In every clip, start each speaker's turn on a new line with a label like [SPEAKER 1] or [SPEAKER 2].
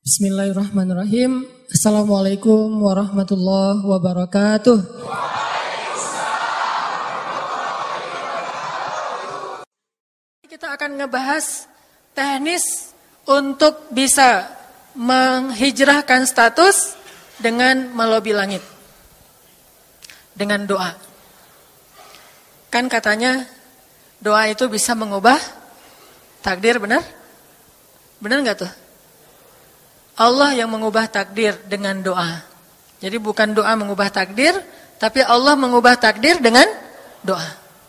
[SPEAKER 1] Bismillahirrahmanirrahim. Assalamualaikum warahmatullahi wabarakatuh. Kita akan ngebahas teknis untuk bisa menghijrahkan status dengan melobi langit. Dengan doa. Kan katanya doa itu bisa mengubah takdir, benar? Benar nggak tuh? Allah yang mengubah takdir dengan doa. Jadi bukan doa mengubah takdir, tapi Allah mengubah takdir dengan doa.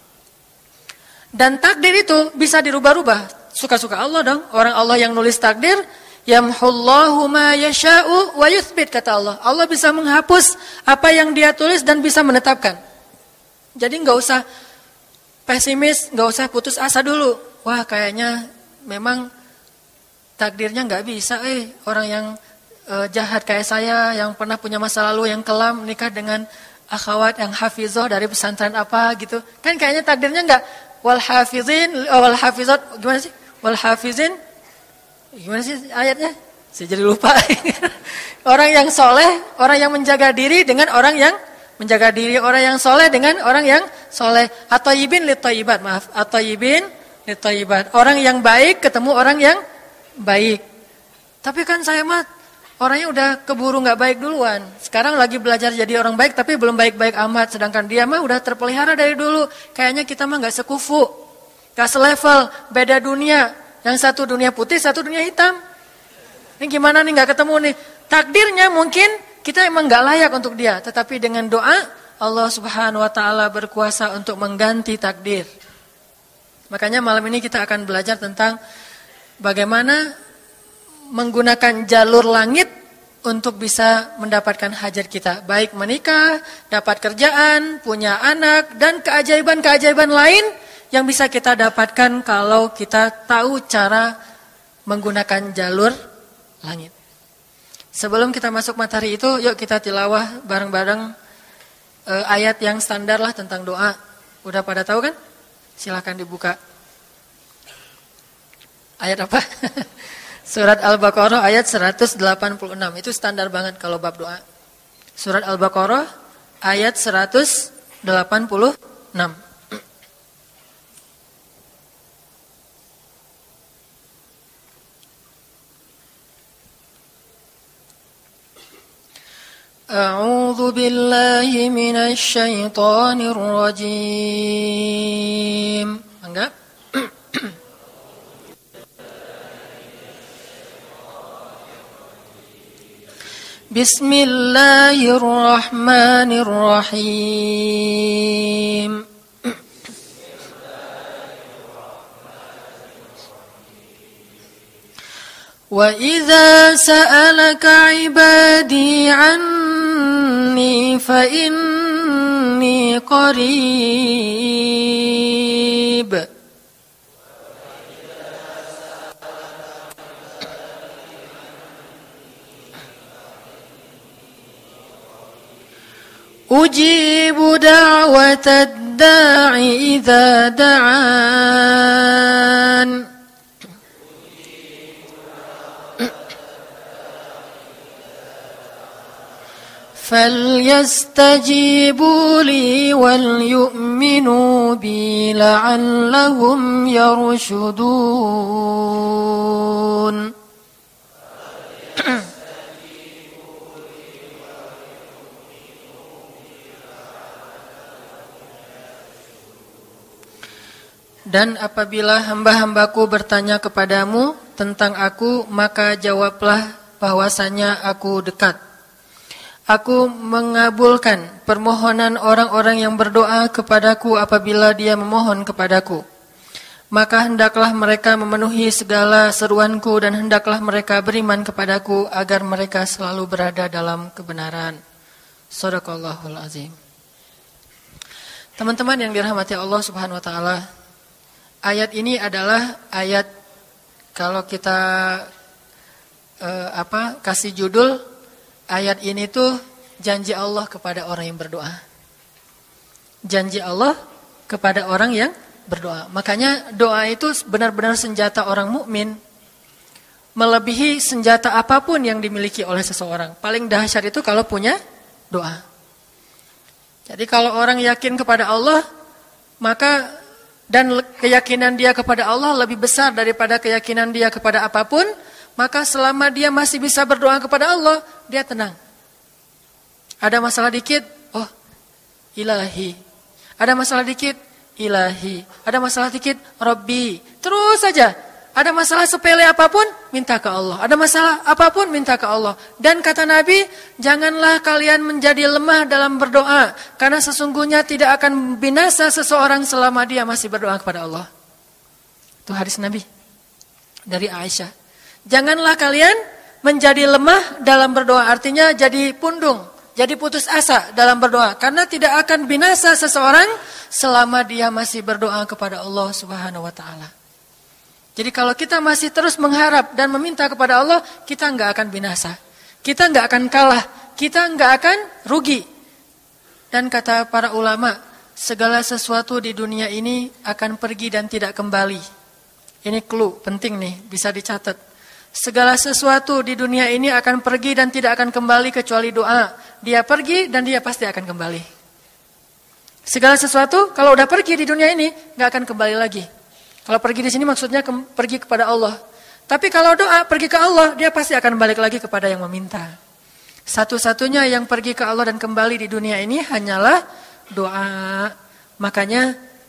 [SPEAKER 1] Dan takdir itu bisa dirubah-rubah. Suka-suka Allah dong. Orang Allah yang nulis takdir, yamhullahu ma yasha'u wa yuthbit, kata Allah. Allah bisa menghapus apa yang Dia tulis dan bisa menetapkan. Jadi nggak usah pesimis, nggak usah putus asa dulu. Wah, kayaknya memang takdirnya nggak bisa, orang yang jahat kayak saya, yang pernah punya masa lalu yang kelam, nikah dengan akhwat yang hafizoh dari pesantren apa gitu. Kan kayaknya takdirnya nggak wal hafizin, wal hafizat, gimana sih? Wal hafizin, gimana sih ayatnya? Saya jadi lupa. Orang yang soleh, orang yang menjaga diri dengan orang yang menjaga diri, orang yang soleh dengan orang yang soleh. At-thayyibin lit-thayyibat, maaf. At-thayyibin lit-thayyibat. Orang yang baik ketemu orang yang baik. Tapi kan saya mah orangnya udah keburu nggak baik duluan. Sekarang lagi belajar jadi orang baik tapi belum baik-baik amat. Sedangkan dia mah udah terpelihara dari dulu. Kayaknya kita mah nggak sekufu, nggak selevel, beda dunia. Yang satu dunia putih, satu dunia hitam. Ini gimana nih nggak ketemu nih? Takdirnya mungkin kita emang nggak layak untuk dia. Tetapi dengan doa Allah Subhanahu Wa Taala berkuasa untuk mengganti takdir. Makanya malam ini kita akan belajar tentang bagaimana menggunakan jalur langit untuk bisa mendapatkan hajat kita. Baik menikah, dapat kerjaan, punya anak, dan keajaiban-keajaiban lain yang bisa kita dapatkan kalau kita tahu cara menggunakan jalur langit. Sebelum kita masuk materi itu, yuk kita tilawah bareng-bareng ayat yang standar lah tentang doa. Udah pada tahu kan? Silakan dibuka. Ayat apa? Surat Al-Baqarah ayat 186. Itu standar banget kalau bab doa. Surat Al-Baqarah ayat 186. A'udzu billahi minasy syaithanir rajim. Enggak? Bismillahirrahmanirrahim. Wa idza sa'alaka 'ibadi 'anni fa inni qarib. Ujibu da'watad da'i idza da'an. Falyastajibu li wal yu'minu bi la'allahum yarshudun. Dan apabila hamba-hambaku bertanya kepadamu tentang aku, maka jawablah bahwasanya aku dekat. Aku mengabulkan permohonan orang-orang yang berdoa kepadaku apabila dia memohon kepadaku. Maka hendaklah mereka memenuhi segala seruanku dan hendaklah mereka beriman kepadaku agar mereka selalu berada dalam kebenaran. Shadaqallahul azim. Teman-teman yang dirahmati Allah Subhanahu wa taala, ayat ini adalah ayat kalau kita kasih judul ayat ini tuh janji Allah kepada orang yang berdoa. Janji Allah kepada orang yang berdoa. Makanya doa itu benar-benar senjata orang mukmin. melebihi senjata apapun yang dimiliki oleh seseorang. Paling dahsyat itu kalau punya doa. Jadi kalau orang yakin kepada Allah, maka dan keyakinan dia kepada Allah lebih besar daripada keyakinan dia kepada apapun, maka selama dia masih bisa berdoa kepada Allah, dia tenang. Ada masalah dikit, oh ilahi. Ada masalah dikit, ilahi. Ada masalah dikit, Rabbi. Terus saja. Ada masalah sepele apapun, minta ke Allah. Ada masalah apapun, minta ke Allah. Dan kata Nabi, janganlah kalian menjadi lemah dalam berdoa. Karena sesungguhnya tidak akan binasa seseorang selama dia masih berdoa kepada Allah. Itu hadis Nabi dari Aisyah. Janganlah kalian menjadi lemah dalam berdoa. Artinya jadi pundung, jadi putus asa dalam berdoa. Karena tidak akan binasa seseorang selama dia masih berdoa kepada Allah Subhanahu wa ta'ala. Jadi kalau kita masih terus mengharap dan meminta kepada Allah, kita nggak akan binasa. Kita nggak akan kalah. Kita nggak akan rugi. Dan kata para ulama, segala sesuatu di dunia ini akan pergi dan tidak kembali. Ini clue penting nih, bisa dicatat. Segala sesuatu di dunia ini akan pergi dan tidak akan kembali kecuali doa. Dia pergi dan dia pasti akan kembali. Segala sesuatu kalau udah pergi di dunia ini, nggak akan kembali lagi. Kalau pergi di sini maksudnya pergi kepada Allah. Tapi kalau doa pergi ke Allah, dia pasti akan balik lagi kepada yang meminta. Satu-satunya yang pergi ke Allah dan kembali di dunia ini hanyalah doa. Makanya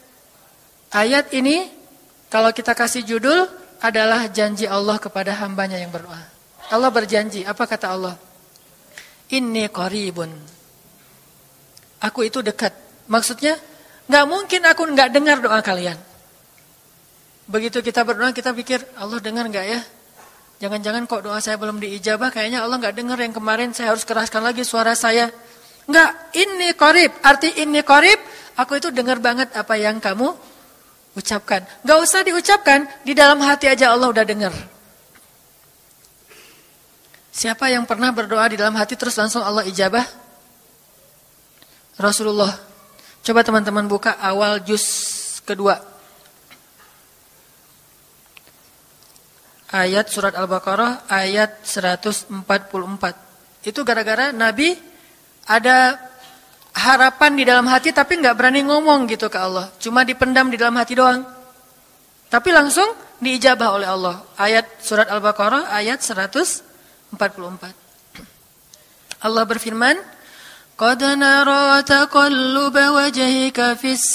[SPEAKER 1] ayat ini kalau kita kasih judul adalah janji Allah kepada hambanya yang berdoa. Allah berjanji, apa kata Allah? Inni qaribun. Aku itu dekat. Maksudnya gak mungkin aku gak dengar doa kalian. Begitu kita berdoa, kita pikir, Allah dengar enggak ya? Jangan-jangan kok doa saya belum diijabah, kayaknya Allah enggak dengar yang kemarin, saya harus keraskan lagi suara saya. Enggak, ini qarib. Arti ini qarib, aku itu dengar banget apa yang kamu ucapkan. Enggak usah diucapkan, di dalam hati aja Allah udah dengar. Siapa yang pernah berdoa di dalam hati terus langsung Allah ijabah? Rasulullah. Coba teman-teman buka awal juz kedua. Ayat surat Al-Baqarah ayat 144. Itu gara-gara Nabi ada harapan di dalam hati tapi nggak berani ngomong gitu ke Allah. Cuma dipendam di dalam hati doang. Tapi langsung diijabah oleh Allah. Ayat surat Al-Baqarah ayat 144. Allah berfirman, "Qad nara taqalluba wajhika fis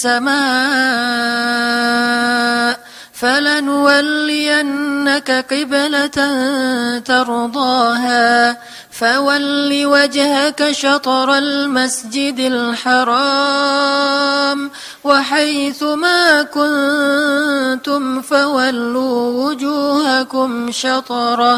[SPEAKER 1] samaa." فَلَنُوَلِّيَنَّكَ قِبْلَةً تَرْضَاهَا فَوَلِّ وَجْهَكَ شَطْرَ الْمَسْجِدِ الْحَرَامِ وَحَيْثُ مَا كُنْتُمْ فَوَلُّوا وُجُوهَكُمْ شَطْرَهُ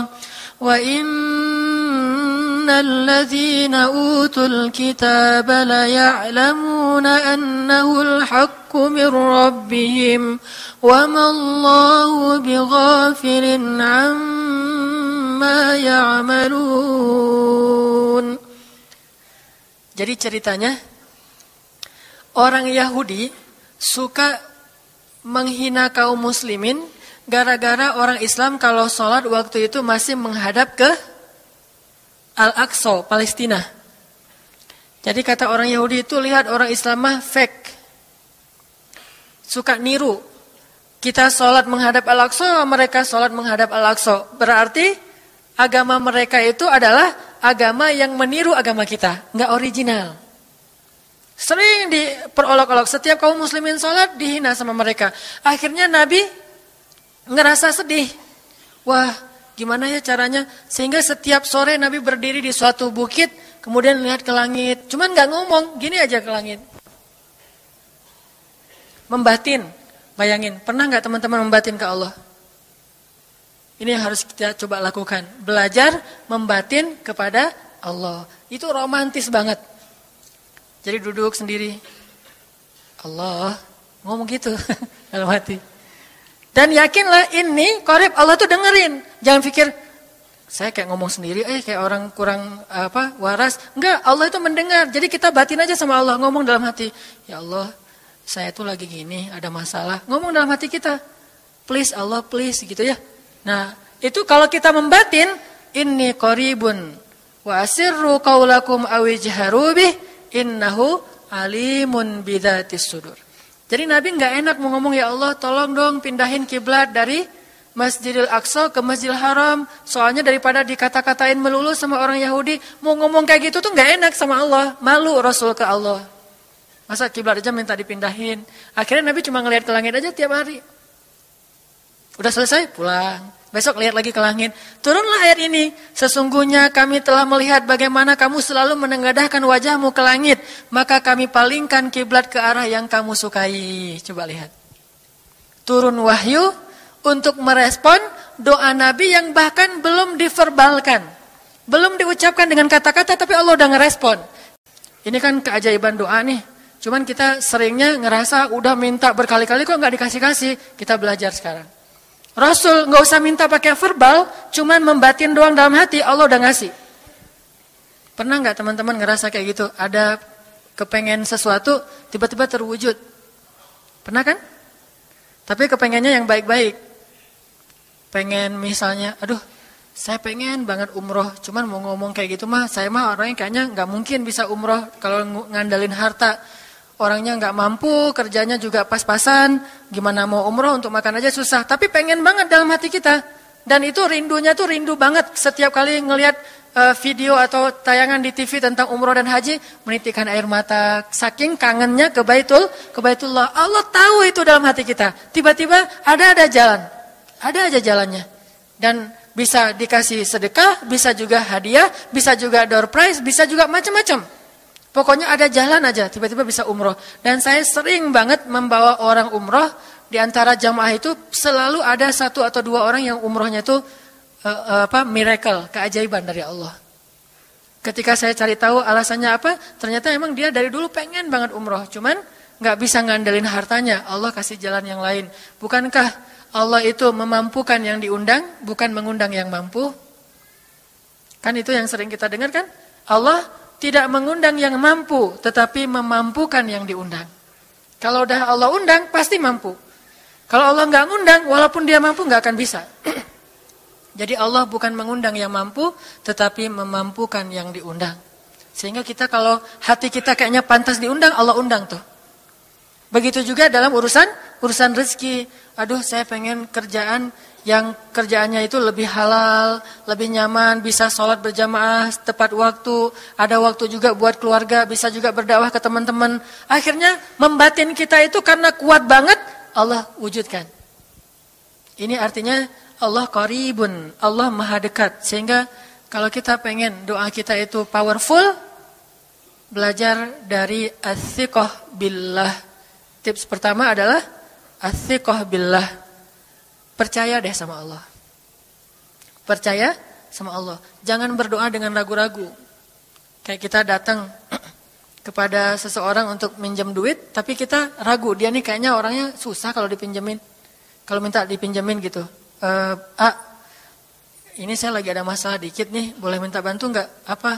[SPEAKER 1] وَإِنَّ الَّذِينَ أُوتُوا الْكِتَابَ لَيَعْلَمُونَ أَنَّهُ الْحَقُّ مِنْ رَبِّهِمْ وَمَا اللَّهُ بِغَافِلٍ عَمَّا يَعْمَلُونَ. Jadi ceritanya, orang Yahudi suka menghina kaum muslimin gara-gara orang Islam kalau sholat waktu itu masih menghadap ke Al-Aqsa, Palestina. Jadi kata orang Yahudi itu, lihat orang Islam mah fake. Suka niru. Kita sholat menghadap Al-Aqsa, mereka sholat menghadap Al-Aqsa. Berarti agama mereka itu adalah agama yang meniru agama kita. Nggak original. Sering diperolok-olok. Setiap kaum muslimin sholat dihina sama mereka. Akhirnya Nabi ngerasa sedih. Wah, gimana ya caranya? Sehingga setiap sore Nabi berdiri di suatu bukit, kemudian lihat ke langit. Cuman nggak ngomong, gini aja ke langit. Membatin. Bayangin, pernah nggak teman-teman membatin ke Allah? Ini yang harus kita coba lakukan. Belajar membatin kepada Allah. Itu romantis banget. Jadi duduk sendiri. Allah, ngomong gitu dalam hati. Dan yakinlah ini qarib, Allah tuh dengerin. Jangan pikir saya kayak ngomong sendiri, kayak orang kurang waras. Enggak, Allah itu mendengar. Jadi kita batin aja sama Allah, ngomong dalam hati. Ya Allah, saya tuh lagi gini, ada masalah. Ngomong dalam hati kita. Please Allah, please gitu ya. Nah, Itu kalau kita membatin, inni qaribun wa asirru qaulakum aw ijharu bih innahu alimun bidzatis sudur. Jadi Nabi enggak enak mau ngomong, ya Allah tolong dong pindahin kiblat dari Masjidil Aqsa ke Masjidil Haram. Soalnya daripada dikata-katain melulu sama orang Yahudi, mau ngomong kayak gitu tuh enggak enak sama Allah. Malu Rasul ke Allah. Masa kiblat aja minta dipindahin. Akhirnya Nabi cuma ngelihat ke langit aja tiap hari. Udah selesai, pulang. Besok lihat lagi ke langit. Turunlah ayat ini. Sesungguhnya kami telah melihat bagaimana kamu selalu menengadahkan wajahmu ke langit. Maka kami palingkan kiblat ke arah yang kamu sukai. Coba lihat. Turun wahyu untuk merespon doa Nabi yang bahkan belum diverbalkan. Belum diucapkan dengan kata-kata, tapi Allah udah ngerespon. Ini kan keajaiban doa nih. Cuman kita seringnya ngerasa udah minta berkali-kali kok nggak dikasih-kasih. Kita belajar sekarang. Rasul nggak usah minta pakai verbal, cuman membatin doang dalam hati, Allah udah ngasih. Pernah nggak teman-teman ngerasa kayak gitu? Ada kepengen sesuatu, tiba-tiba terwujud. Pernah kan? Tapi kepengennya yang baik-baik. Pengen misalnya, aduh, saya pengen banget umroh, cuman mau ngomong kayak gitu mah, saya mah orangnya kayaknya nggak mungkin bisa umroh kalau ngandalin harta. Orangnya nggak mampu, kerjanya juga pas-pasan, gimana mau umroh untuk makan aja susah. Tapi pengen banget dalam hati kita. Dan itu rindunya tuh rindu banget. Setiap kali ngelihat video atau tayangan di TV tentang umroh dan haji, menitikkan air mata. Saking kangennya ke Baitullah. Allah tahu itu dalam hati kita. Tiba-tiba ada jalan. Ada aja jalannya. Dan bisa dikasih sedekah, bisa juga hadiah, bisa juga door prize, bisa juga macam-macam. Pokoknya ada jalan aja, tiba-tiba bisa umroh. Dan saya sering banget membawa orang umroh. Di antara jamaah itu selalu ada 1 atau 2 orang yang umrohnya itu miracle, keajaiban dari Allah. Ketika saya cari tahu alasannya apa, ternyata emang dia dari dulu pengen banget umroh. Cuman gak bisa ngandelin hartanya, Allah kasih jalan yang lain. Bukankah Allah itu memampukan yang diundang, bukan mengundang yang mampu? Kan itu yang sering kita dengar kan? Allah tidak mengundang yang mampu, tetapi memampukan yang diundang. Kalau udah Allah undang, pasti mampu. Kalau Allah nggak ngundang, walaupun dia mampu nggak akan bisa. Jadi Allah bukan mengundang yang mampu, tetapi memampukan yang diundang. Sehingga kita kalau hati kita kayaknya pantas diundang, Allah undang tuh. Begitu juga dalam urusan rezeki. Aduh, saya pengen kerjaan yang kerjaannya itu lebih halal, lebih nyaman, bisa sholat berjamaah tepat waktu, ada waktu juga buat keluarga, bisa juga berdakwah ke teman-teman. Akhirnya membatin kita itu karena kuat banget, Allah wujudkan. Ini artinya Allah qaribun, Allah maha dekat. Sehingga kalau kita pengen doa kita itu powerful, belajar dari as-siqah billah. Tips pertama adalah as-siqah billah. Percaya deh sama Allah. Percaya sama Allah. Jangan berdoa dengan ragu-ragu. Kayak kita datang kepada seseorang untuk minjem duit, tapi kita ragu. Dia nih kayaknya orangnya susah kalau dipinjemin. Kalau minta dipinjemin gitu. Ini saya lagi ada masalah dikit nih. Boleh minta bantu nggak? Apa?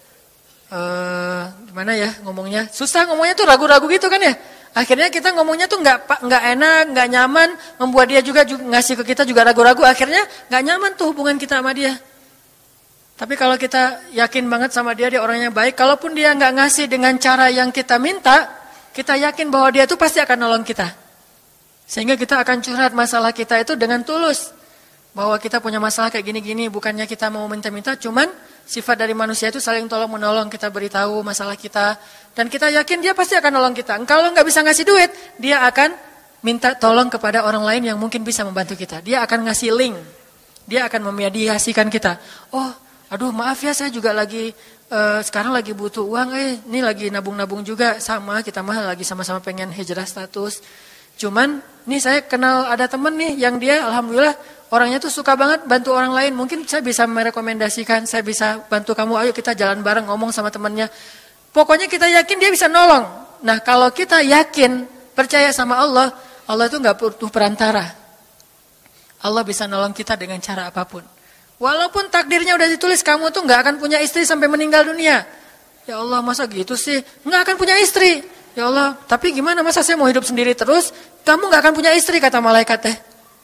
[SPEAKER 1] Gimana ya ngomongnya? Susah ngomongnya tuh ragu-ragu gitu kan ya. Akhirnya kita ngomongnya tuh nggak enak, nggak nyaman, membuat dia juga ngasih ke kita juga ragu-ragu. Akhirnya nggak nyaman tuh hubungan kita sama dia. Tapi kalau kita yakin banget sama dia orangnya baik, kalaupun dia nggak ngasih dengan cara yang kita minta, kita yakin bahwa dia tuh pasti akan nolong kita. Sehingga kita akan curhat masalah kita itu dengan tulus. Bahwa kita punya masalah kayak gini-gini, bukannya kita mau minta-minta, cuman sifat dari manusia itu saling tolong-menolong, kita beritahu masalah kita. Dan kita yakin dia pasti akan nolong kita. Kalau nggak bisa ngasih duit, dia akan minta tolong kepada orang lain yang mungkin bisa membantu kita. Dia akan ngasih link. Dia akan memediasikan kita. Oh, aduh maaf ya saya juga lagi, sekarang lagi butuh uang. Ini lagi nabung-nabung juga. Sama, kita mah lagi sama-sama pengen hijrah status. Cuman, nih saya kenal ada temen nih yang dia alhamdulillah orangnya tuh suka banget bantu orang lain. Mungkin saya bisa merekomendasikan, saya bisa bantu kamu, ayo kita jalan bareng ngomong sama temennya. Pokoknya kita yakin dia bisa nolong. Nah kalau kita yakin, percaya sama Allah, Allah itu gak butuh perantara. Allah bisa nolong kita dengan cara apapun. Walaupun takdirnya udah ditulis, kamu tuh gak akan punya istri sampai meninggal dunia. Ya Allah masa gitu sih, gak akan punya istri. Ya Allah, tapi gimana masa saya mau hidup sendiri terus? Kamu gak akan punya istri kata malaikat teh.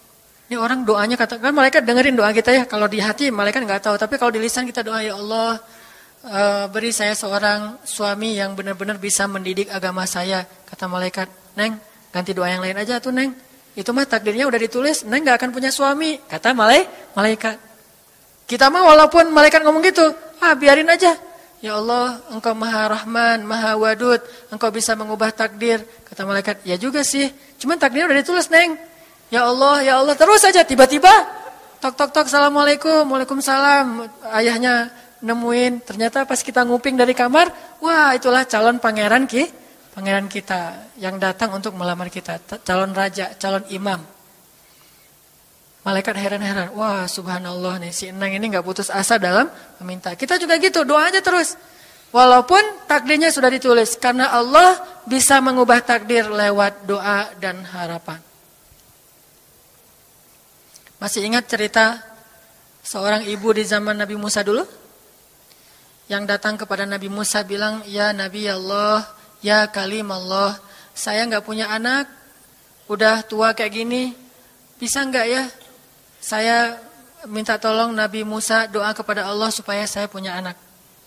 [SPEAKER 1] Ini orang doanya katakan malaikat dengerin doa kita ya. Kalau di hati malaikat nggak tahu, tapi kalau di lisan kita doa, ya Allah, beri saya seorang suami yang benar-benar bisa mendidik agama saya. Kata malaikat, Neng, ganti doa yang lain aja tuh Neng. Itu mah takdirnya udah ditulis, Neng nggak akan punya suami. Kata malaikat. Kita mah walaupun malaikat ngomong gitu, biarin aja. Ya Allah, Engkau Maha Rahman, Maha Wadud, Engkau bisa mengubah takdir. Kata malaikat, ya juga sih, cuman takdirnya udah ditulis Neng. Ya Allah, terus aja tiba-tiba tok, Assalamualaikum, Waalaikumsalam. Ayahnya nemuin, ternyata pas kita nguping dari kamar, wah itulah calon pangeran kita yang datang untuk melamar kita, calon raja, calon imam. Malaikat heran-heran, wah subhanallah nih si Enang ini gak putus asa dalam meminta. Kita juga gitu, doa aja terus. Walaupun takdirnya sudah ditulis, karena Allah bisa mengubah takdir lewat doa dan harapan. Masih ingat cerita seorang ibu di zaman Nabi Musa dulu? Yang datang kepada Nabi Musa bilang, ya Nabi Allah, ya Kalim Allah, saya gak punya anak, udah tua kayak gini, bisa gak ya? Saya minta tolong Nabi Musa doa kepada Allah supaya saya punya anak.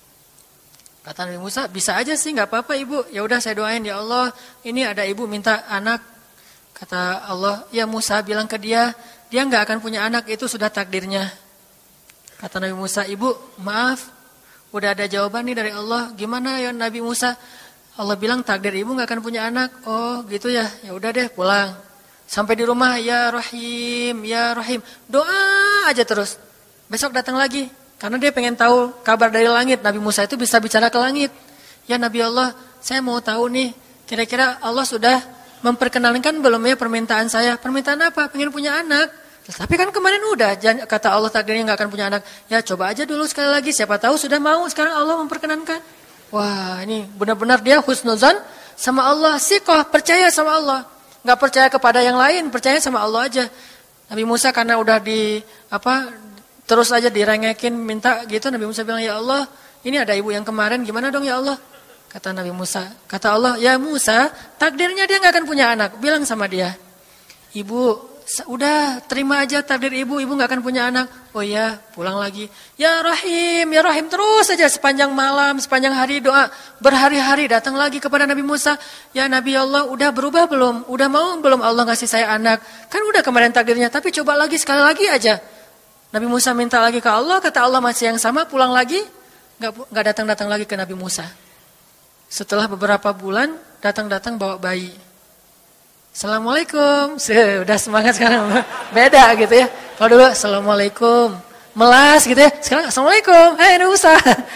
[SPEAKER 1] Kata Nabi Musa, bisa aja sih, gak apa-apa ibu. Ya udah saya doain, ya Allah, ini ada ibu minta anak. Kata Allah, ya Musa bilang ke dia gak akan punya anak, itu sudah takdirnya. Kata Nabi Musa, ibu maaf, udah ada jawaban nih dari Allah. Gimana ya Nabi Musa? Allah bilang takdir ibu gak akan punya anak. Oh gitu ya, ya udah deh pulang. Sampai di rumah, ya Rahim, ya Rahim. Doa aja terus. Besok datang lagi. Karena dia pengen tahu kabar dari langit. Nabi Musa itu bisa bicara ke langit. Ya Nabi Allah, saya mau tahu nih, kira-kira Allah sudah memperkenalkan belum ya permintaan saya? Permintaan apa? Pengen punya anak. Tapi kan kemarin udah, kata Allah takdirnya gak akan punya anak. Ya coba aja dulu sekali lagi, siapa tahu sudah mau. Sekarang Allah memperkenankan. Wah ini benar-benar dia husnuzan sama Allah. Siqah, percaya sama Allah. Gak percaya kepada yang lain, percaya sama Allah aja. Nabi Musa karena udah terus aja direngekin minta gitu. Nabi Musa bilang, ya Allah, ini ada ibu yang kemarin, gimana dong ya Allah? Kata Nabi Musa, kata Allah, ya Musa, takdirnya dia gak akan punya anak. Bilang sama dia, ibu, udah terima aja takdir ibu gak akan punya anak. Oh ya, pulang lagi. Ya Rahim, terus aja sepanjang malam, sepanjang hari doa. Berhari-hari datang lagi kepada Nabi Musa. Ya Nabi Allah, udah berubah belum? Udah mau belum Allah ngasih saya anak? Kan udah kemarin takdirnya, tapi coba lagi sekali lagi aja. Nabi Musa minta lagi ke Allah, kata Allah masih yang sama, pulang lagi. Gak datang-datang lagi ke Nabi Musa. Setelah beberapa bulan, datang-datang bawa bayi. Assalamualaikum. Udah semangat sekarang. Beda gitu ya. Kalau dulu Assalamualaikum. Melas gitu ya. Sekarang Assalamualaikum. Hai Nabi Musa.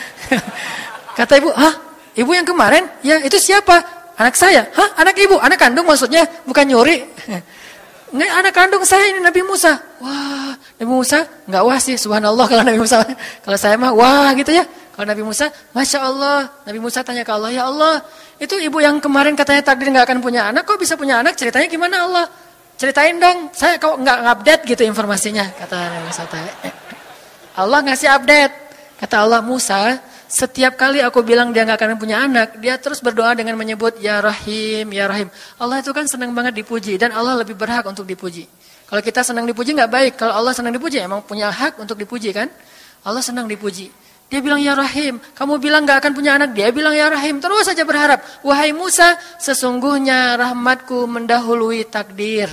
[SPEAKER 1] Kata ibu, ibu yang kemarin? Ya itu siapa? Anak saya. Anak ibu? Anak kandung maksudnya? Bukan nyuri. Nggak, anak kandung saya ini Nabi Musa. Wah, Nabi Musa nggak wah sih, subhanallah kalau Nabi Musa. Kalau saya mah wah gitu ya. Kalau Nabi Musa, Masya Allah. Nabi Musa tanya ke Allah, ya Allah, itu ibu yang kemarin katanya takdir nggak akan punya anak, kok bisa punya anak? Ceritanya gimana Allah? Ceritain dong. Saya kok nggak update gitu informasinya, kata Nabi Musa. Allah ngasih update. Kata Allah, Musa, setiap kali aku bilang dia nggak akan punya anak, dia terus berdoa dengan menyebut Ya Rahim, Ya Rahim. Allah itu kan senang banget dipuji dan Allah lebih berhak untuk dipuji. Kalau kita senang dipuji nggak baik. Kalau Allah senang dipuji, emang punya hak untuk dipuji kan? Allah senang dipuji. Dia bilang Ya Rahim, kamu bilang gak akan punya anak, dia bilang Ya Rahim, terus saja berharap. Wahai Musa, sesungguhnya rahmatku mendahului takdir.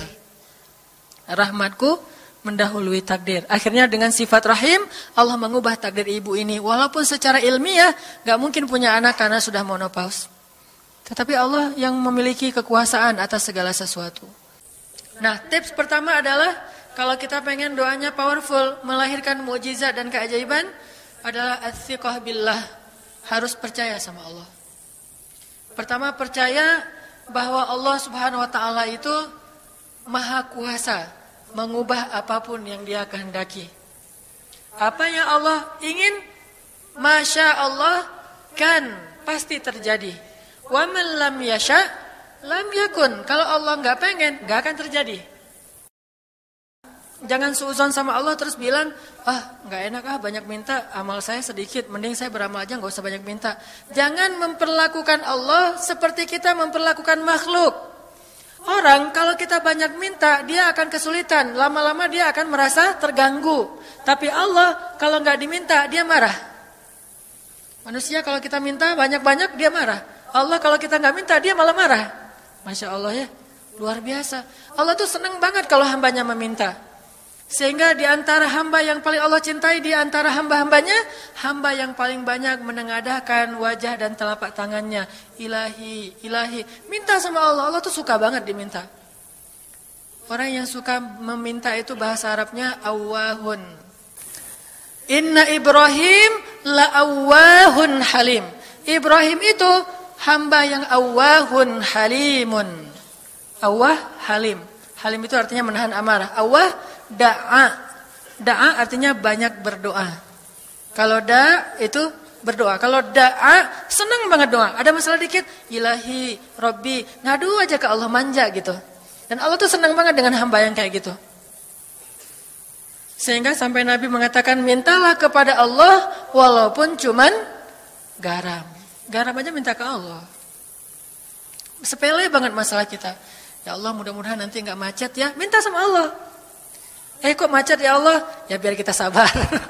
[SPEAKER 1] Rahmatku mendahului takdir. Akhirnya dengan sifat Rahim, Allah mengubah takdir ibu ini. Walaupun secara ilmiah gak mungkin punya anak karena sudah menopause. Tetapi Allah yang memiliki kekuasaan atas segala sesuatu. Nah, tips pertama adalah kalau kita pengen doanya powerful, melahirkan mukjizat dan keajaiban, adalah ats-tsiqah billah, harus percaya sama Allah. Pertama, percaya bahwa Allah Subhanahu wa taala itu Maha Kuasa mengubah apapun yang Dia kehendaki. Apa yang Allah ingin, Masya Allah kan pasti terjadi. Wa man lam yasha lam yakun. Kalau Allah nggak pengen, nggak akan terjadi. Jangan suudzon sama Allah terus bilang, nggak enak banyak minta, amal saya sedikit, mending saya beramal aja nggak usah banyak minta. Jangan memperlakukan Allah seperti kita memperlakukan makhluk. Orang kalau kita banyak minta, dia akan kesulitan. Lama-lama dia akan merasa terganggu. Tapi Allah kalau nggak diminta, dia marah. Manusia kalau kita minta banyak-banyak, dia marah. Allah kalau kita nggak minta, dia malah marah. Masya Allah ya, luar biasa. Allah tuh senang banget kalau hambanya meminta. Sehingga di antara hamba yang paling Allah cintai, di antara hamba-hambanya, hamba yang paling banyak menengadahkan wajah dan telapak tangannya. Ilahi, ilahi. Minta sama Allah, Allah tuh suka banget diminta. Orang yang suka meminta itu bahasa Arabnya awwahun. Inna Ibrahim la'awwahun halim. Ibrahim itu hamba yang awwahun halimun. Awwah, halim. Halim itu artinya menahan amarah. Awwah, da'a. Da'a artinya banyak berdoa. Kalau da' itu berdoa. Kalau da'a, senang banget doa. Ada masalah dikit, ilahi, Rabbi. Ngadu aja ke Allah, manja gitu. Dan Allah tuh senang banget dengan hamba yang kayak gitu. Sehingga sampai Nabi mengatakan, mintalah kepada Allah walaupun cuman garam. Garam aja minta ke Allah. Sepele banget masalah kita. Ya Allah, mudah-mudahan nanti nggak macet ya. Minta sama Allah. Kok macet ya Allah? Ya biar kita sabar.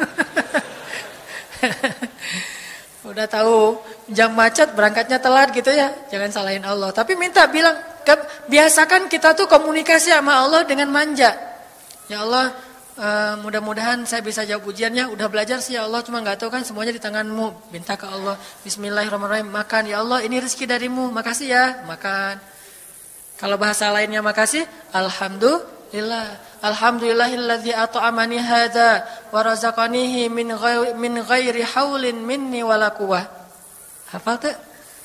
[SPEAKER 1] Udah tahu jam macet berangkatnya telat gitu ya. Jangan salahin Allah. Tapi minta bilang, biasakan kita tuh komunikasi sama Allah dengan manja. Ya Allah, mudah-mudahan saya bisa jawab ujiannya. Udah belajar sih ya Allah, cuma nggak tahu kan semuanya di tanganmu. Minta ke Allah. Bismillahirrahmanirrahim. Makan ya Allah, ini rezeki darimu. Makasih ya, makan. Kalau bahasa lainnya makasih, alhamdulillah. Alhamdulillahilladzi at'amani hadza wa razaqanihi min ghairi haulin minni wala quwwah. Hafal tuh?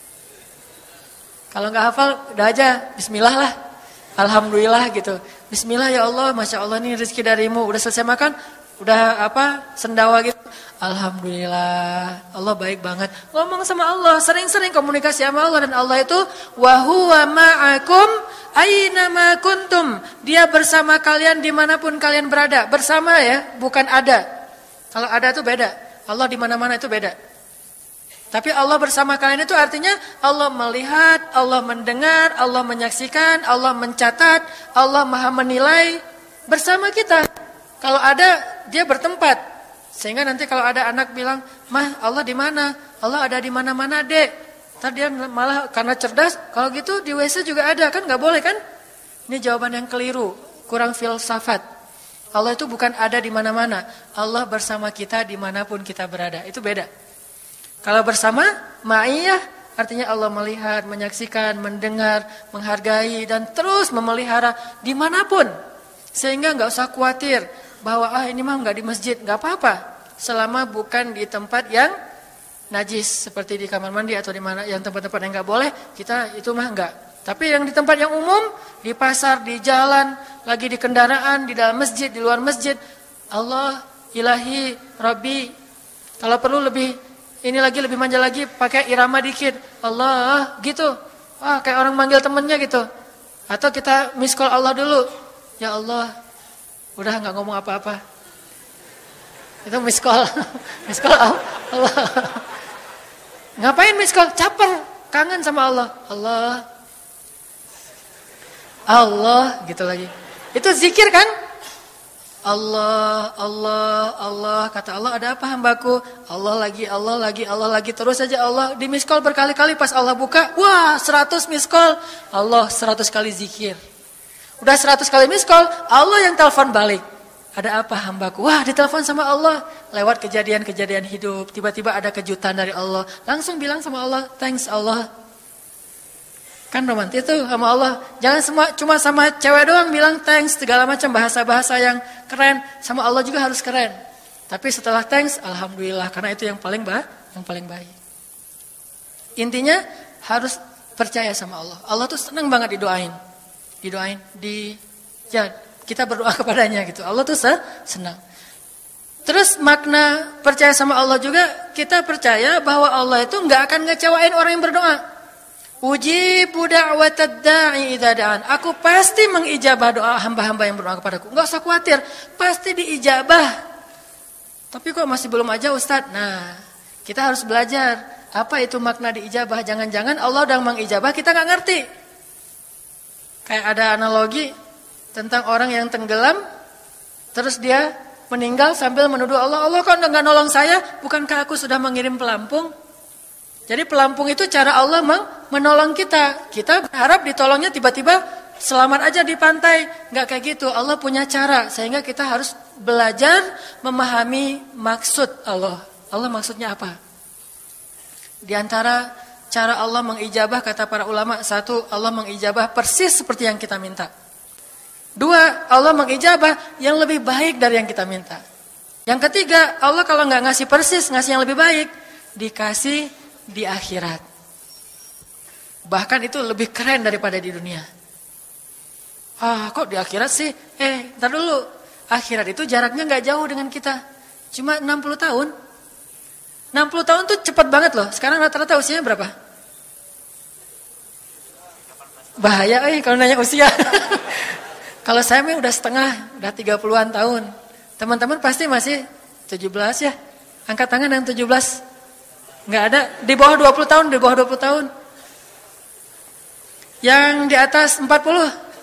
[SPEAKER 1] Kalau enggak hafal, udah aja bismillah lah. Alhamdulillah gitu. Bismillah ya Allah, Masya Allah ini rezeki darimu. Udah selesai makan, udah sendawa gitu. Alhamdulillah, Allah baik banget. Ngomong sama Allah, sering-sering komunikasi sama Allah. Dan Allah itu wa huwa ma'akum aina ma kuntum. Dia bersama kalian dimanapun kalian berada. Bersama ya, bukan ada. Kalau ada itu beda. Allah di mana-mana itu beda. Tapi Allah bersama kalian itu artinya Allah melihat, Allah mendengar, Allah menyaksikan, Allah mencatat, Allah maha menilai bersama kita. Kalau ada, dia bertempat. Sehingga nanti kalau ada anak bilang, "Mah, Allah di mana?" Allah ada di mana-mana, Dek. Ntar dia malah karena cerdas, kalau gitu di WC juga ada, kan nggak boleh kan? Ini jawaban yang keliru, kurang filsafat. Allah itu bukan ada di mana-mana. Allah bersama kita dimanapun kita berada. Itu beda. Kalau bersama, ma'iyah artinya Allah melihat, menyaksikan, mendengar, menghargai, dan terus memelihara dimanapun. Sehingga nggak usah khawatir bahwa ini mah nggak di masjid, nggak apa-apa. Selama bukan di tempat yang najis seperti di kamar mandi atau di mana yang tempat-tempat yang nggak boleh, kita itu mah nggak. Tapi yang di tempat yang umum, di pasar, di jalan, lagi di kendaraan, di dalam masjid, di luar masjid, Allah, ilahi, Rabbi. Kalau perlu lebih manja lagi, pakai irama dikit. Allah, gitu. Kayak orang manggil temennya gitu. Atau kita miss call Allah dulu. Ya Allah, udah nggak ngomong apa-apa. Itu miss call. Miss call Allah. Ngapain miss call? Caper, kangen sama Allah. Allah, gitu lagi. Itu zikir kan? Allah, Allah, Allah. Kata Allah, ada apa hambaku? Allah lagi. Terus saja Allah di miss call berkali-kali. Pas Allah buka, wah 100 miss call. Allah 100 kali zikir. Udah 100 kali miss call, Allah yang telepon balik. Ada apa hambaku? Wah, ditelepon sama Allah. Lewat kejadian-kejadian hidup, tiba-tiba ada kejutan dari Allah. Langsung bilang sama Allah, thanks Allah. Kan romantis tuh sama Allah. Jangan cuma sama cewek doang bilang thanks, segala macam bahasa-bahasa yang keren. Sama Allah juga harus keren. Tapi setelah thanks, alhamdulillah, karena itu yang paling baik. Intinya harus percaya sama Allah. Allah tuh senang banget didoain, kita berdoa kepadanya gitu. Allah tuh senang. Terus makna percaya sama Allah juga, kita percaya bahwa Allah itu nggak akan ngecewain orang yang berdoa. Ujibu da'watad da'i idza da'an. Aku pasti mengijabah doa hamba-hamba yang berdoa kepadaku. Enggak usah khawatir, pasti diijabah. Tapi kok masih belum aja Ustaz? Nah, kita harus belajar apa itu makna diijabah. Jangan-jangan Allah udah mengijabah, kita enggak ngerti. Kayak ada analogi tentang orang yang tenggelam, terus dia meninggal sambil menuduh Allah, Allah kok nggak nolong saya? Bukankah aku sudah mengirim pelampung? Jadi pelampung itu cara Allah menolong kita. Kita berharap ditolongnya tiba-tiba selamat aja di pantai. Nggak kayak gitu. Allah punya cara sehingga kita harus belajar memahami maksud Allah. Allah maksudnya apa? Di antara cara Allah mengijabah, kata para ulama, satu, Allah mengijabah persis seperti yang kita minta. Dua, Allah mengijabah yang lebih baik dari yang kita minta. Yang ketiga, Allah kalau nggak ngasih persis, ngasih yang lebih baik, dikasih di akhirat. Bahkan itu lebih keren daripada di dunia. Kok di akhirat sih? Ntar dulu. Akhirat itu jaraknya nggak jauh dengan kita. Cuma 60 tahun. 60 tahun tuh cepat banget loh. Sekarang rata-rata usianya berapa? Bahaya kalau nanya usia. Kalau saya udah setengah, udah 30-an tahun. Teman-teman pasti masih 17 ya. Angkat tangan yang 17. Nggak ada. Di bawah 20 tahun, di bawah 20 tahun. Yang di atas 40.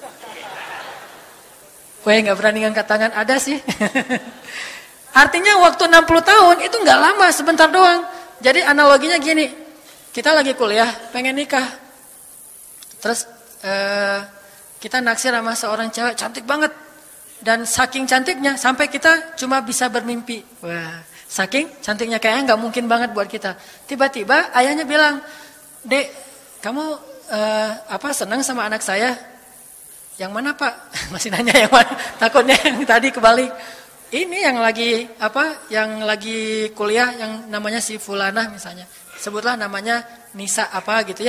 [SPEAKER 1] Weh, nggak berani angkat tangan, ada sih. Artinya waktu 60 tahun itu nggak lama, sebentar doang. Jadi analoginya gini, kita lagi kuliah, pengen nikah. Terus kita naksir sama seorang cewek cantik banget. Dan saking cantiknya sampai kita cuma bisa bermimpi. Wah, saking cantiknya kayaknya nggak mungkin banget buat kita. Tiba-tiba ayahnya bilang, "Dek, kamu senang sama anak saya?" "Yang mana, Pak?" Masih nanya yang mana. Takutnya yang tadi kebalik. Ini yang lagi kuliah yang namanya si Fulanah misalnya. Sebutlah namanya Nisa apa gitu ya.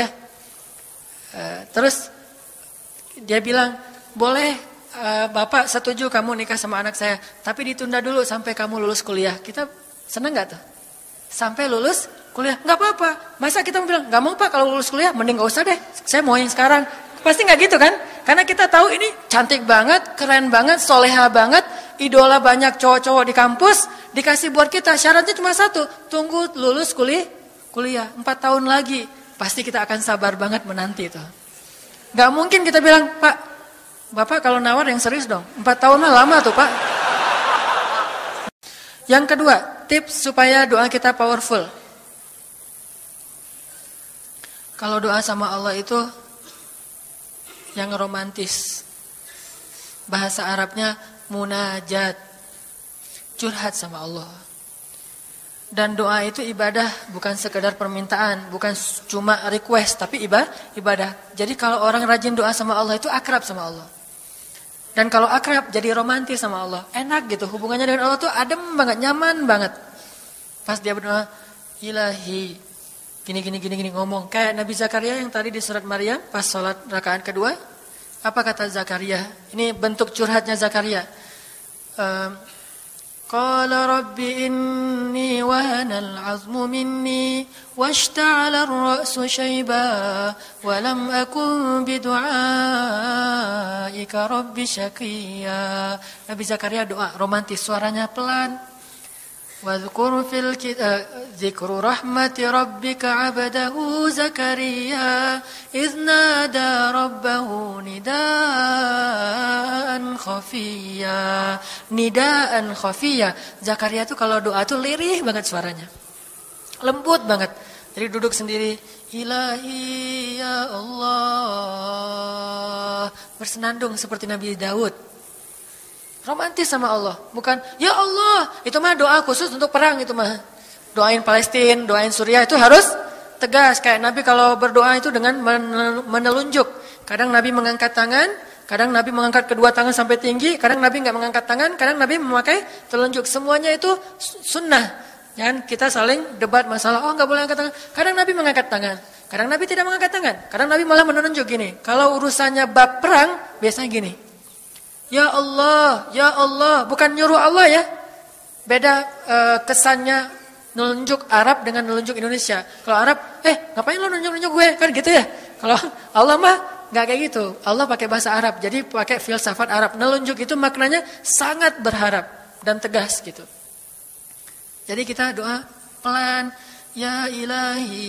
[SPEAKER 1] Terus dia bilang, "Boleh Bapak setuju kamu nikah sama anak saya. Tapi ditunda dulu sampai kamu lulus kuliah." Kita senang gak tuh? Sampai lulus kuliah, gak apa-apa. Masa kita mau bilang, "Gak mau Pak, kalau lulus kuliah mending gak usah deh. Saya mau yang sekarang." Pasti gak gitu kan? Karena kita tahu ini cantik banget, keren banget, soleha banget. Idola banyak cowok-cowok di kampus, dikasih buat kita. Syaratnya cuma satu, tunggu lulus kuliah 4 tahun lagi. Pasti kita akan sabar banget menanti itu. Gak mungkin kita bilang, "Pak, Bapak kalau nawar yang serius dong. 4 tahun mah lama tuh Pak." Yang kedua, tips supaya doa kita powerful. Kalau doa sama Allah itu yang romantis. Bahasa Arabnya munajat, curhat sama Allah. Dan doa itu ibadah, bukan sekedar permintaan, bukan cuma request, tapi ibadah. Jadi kalau orang rajin doa sama Allah itu akrab sama Allah. Dan kalau akrab jadi romantis sama Allah, enak gitu, hubungannya dengan Allah tuh adem banget, nyaman banget. Pas dia berdoa, "Ilahi," gini ngomong, kayak Nabi Zakaria yang tadi di surat Maryam pas sholat rakaat kedua. Apa kata Zakaria? Ini bentuk curhatnya Zakaria. Qala rabbi inni wahanal azmu minni washta'ala ar-ra'su shayba wa lam akun bidu'aika rabbi syaqiyya. Nabi Zakaria doa romantis, suaranya pelan. Wadhkur fil dzikru rahmati rabbika 'abdahu Zakaria idz nada rabbahu nidaan khafiyya. Nidaan khafiyya. Zakaria tuh kalau doa tuh lirih banget suaranya. Lembut banget. Jadi duduk sendiri, "Ilahi ya Allah." Bersenandung seperti Nabi Daud. Romantis sama Allah, bukan "Ya Allah." Itu mah doa khusus untuk perang itu mah. Doain Palestina, doain Suriah itu harus tegas. Kayak Nabi kalau berdoa itu dengan menelunjuk. Kadang Nabi mengangkat tangan, kadang Nabi mengangkat kedua tangan sampai tinggi, kadang Nabi nggak mengangkat tangan, kadang Nabi memakai telunjuk. Semuanya itu sunnah. Jangan kita saling debat masalah, nggak boleh angkat tangan. Kadang Nabi mengangkat tangan, kadang Nabi tidak mengangkat tangan, kadang Nabi malah menunjuk gini. Kalau urusannya bab perang, biasanya gini. "Ya Allah, ya Allah." Bukan nyuruh Allah ya. Beda kesannya nunjuk Arab dengan nunjuk Indonesia. Kalau Arab, ngapain lo nunjuk gue? Kan gitu ya. Kalau Allah mah nggak kayak gitu. Allah pakai bahasa Arab. Jadi pakai filsafat Arab. Nunjuk itu maknanya sangat berharap dan tegas gitu. Jadi kita doa pelan. "Ya ilahi,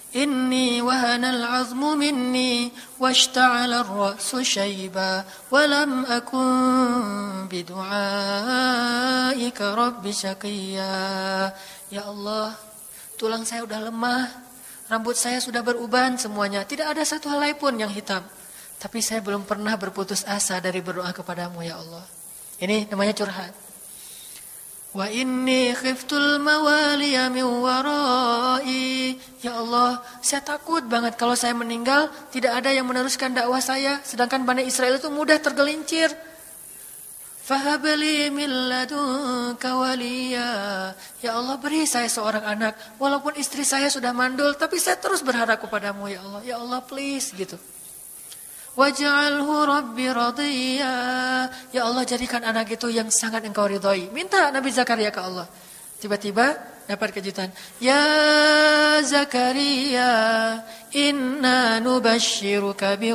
[SPEAKER 1] Inni wahanal azmu minni washta'ala ar-ra'su shayba wa lam akun bidu'aika rabbi syaqiyya. Ya Allah, tulang saya sudah lemah, rambut saya sudah beruban semuanya, tidak ada satu helai pun yang hitam. Tapi saya belum pernah berputus asa dari berdoa kepadamu ya Allah. Ini namanya curhat. Wa inni khiftul mawaliya min warai. Ya Allah, saya takut banget kalau saya meninggal tidak ada yang meneruskan dakwah saya, sedangkan Bani Israel itu mudah tergelincir. Fahabli min ladunka waliya. Ya Allah, beri saya seorang anak walaupun istri saya sudah mandul, tapi saya terus berharap kepadamu ya Allah. Ya Allah, please gitu. Waj'alhu rabbi radiyya. Ya Allah, jadikan anak itu yang sangat engkau ridhai. Minta Nabi Zakaria ke Allah. Tiba-tiba dapat kejutan. Ya Zakaria, inna nubashiruka bi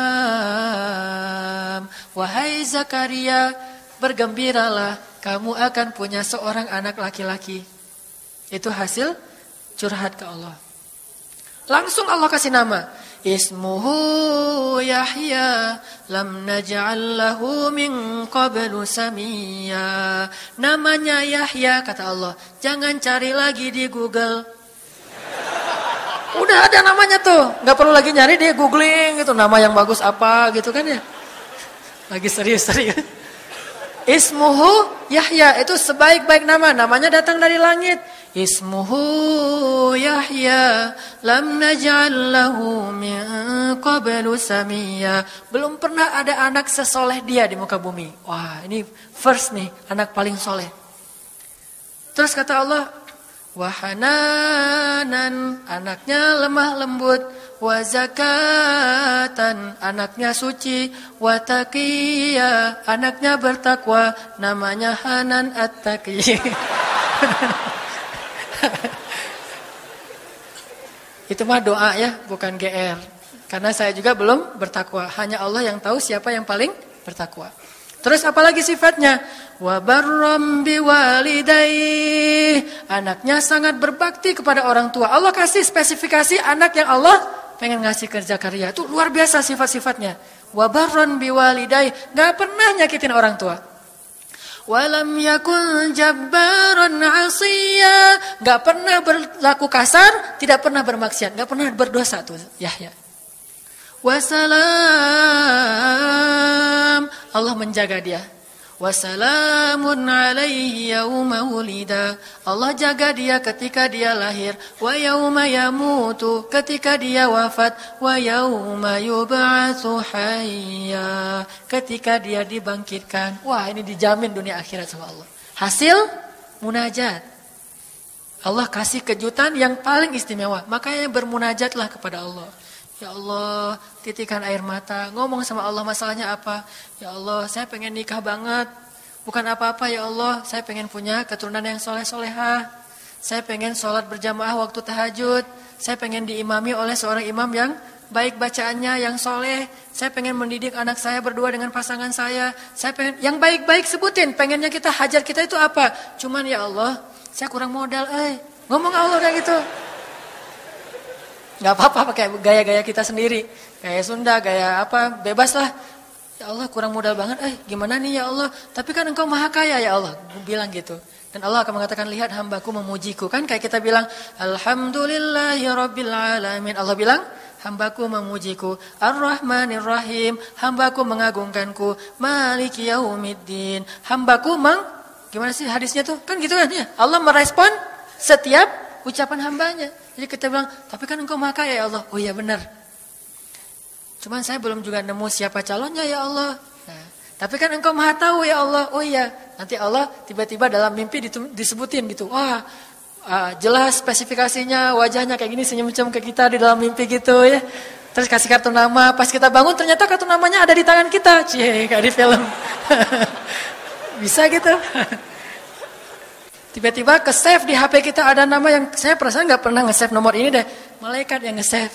[SPEAKER 1] ghulam. Wahai Zakaria, bergembiralah, kamu akan punya seorang anak laki-laki. Itu hasil curhat ke Allah. Langsung Allah kasih nama. Ismuhu Yahya lam naj'al lahu min qablu samiyya. Namanya Yahya, kata Allah. Jangan cari lagi di Google. Udah ada namanya tuh, nggak perlu lagi nyari di googling gitu nama yang bagus apa gitu kan ya. Lagi serius-serius. Ismuhu Yahya, itu sebaik-baik nama, namanya datang dari langit. Ismuhu Yahya lam naj'al lahu min qablu samiyya. Belum pernah ada anak sesoleh dia di muka bumi. Wah, ini first nih, anak paling soleh. Terus kata Allah, wahananan, anaknya lemah lembut, wa zakatan, anaknya suci, wa taqiyya, anaknya bertakwa, namanya Hanan At-Taqi. Itu mah doa ya, bukan GR. Karena saya juga belum bertakwa. Hanya Allah yang tahu siapa yang paling bertakwa. Terus apalagi sifatnya? Wa barram biwalidayhi, anaknya sangat berbakti kepada orang tua. Allah kasih spesifikasi anak yang Allah pengen ngasih ke Zakaria. Itu luar biasa sifat-sifatnya. Wa barran biwalidayhi, enggak pernah nyakitin orang tua. Walam yakun jabbaran 'asiyya, enggak pernah berlaku kasar, tidak pernah bermaksiat, enggak pernah berdosa tuh Yahya. Wassalam, Allah menjaga dia. Wassalamun alaihi yauma wulida, Allah jaga dia ketika dia lahir. Wa yauma yamutu, ketika dia wafat. Wa yauma yub'atsu hayya, ketika dia dibangkitkan. Wah, ini dijamin dunia akhirat sama Allah. Hasil munajat. Allah kasih kejutan yang paling istimewa. Makanya bermunajatlah kepada Allah. Ya Allah, titikan air mata, ngomong sama Allah masalahnya apa. Ya Allah, saya pengen nikah banget. Bukan apa-apa ya Allah, saya pengen punya keturunan yang soleh-solehah. Saya pengen sholat berjamaah waktu tahajud. Saya pengen diimami oleh seorang imam yang baik bacaannya, yang soleh. Saya pengen mendidik anak saya berdua dengan pasangan saya. Saya pengen, yang baik-baik sebutin, pengennya kita hajar kita itu apa. Cuman ya Allah, saya kurang modal, ngomong Allah kayak gitu. Gak apa-apa pakai gaya-gaya kita sendiri. Gaya Sunda, gaya apa, bebas lah. Ya Allah, kurang modal banget. Gimana nih ya Allah? Tapi kan engkau maha kaya ya Allah. Bilang gitu. Dan Allah akan mengatakan, lihat hambaku memujiku. Kan kayak kita bilang, Alhamdulillahi Rabbil Alamin. Allah bilang, hambaku memujiku. Ar-Rahmanir-Rahim. Hambaku mengagungkanku. Maliki Yaumiddin. Hambaku gimana sih hadisnya tuh? Kan gitu kan ya. Allah merespon setiap ucapan hambanya. Jadi kita bilang, tapi kan engkau maha kaya ya Allah. Oh iya benar. Cuman saya belum juga nemu siapa calonnya ya Allah. Nah, tapi kan engkau maha tahu ya Allah. Oh iya. Nanti Allah tiba-tiba dalam mimpi disebutin gitu. Wah, jelas spesifikasinya, wajahnya kayak gini, senyum-senyum ke kita di dalam mimpi gitu ya. Terus kasih kartu nama. Pas kita bangun ternyata kartu namanya ada di tangan kita. Cie, kayak di film. Bisa gitu. Tiba-tiba ke-save di HP kita ada nama yang saya perasaan gak pernah nge-save nomor ini deh. Malaikat yang nge-save.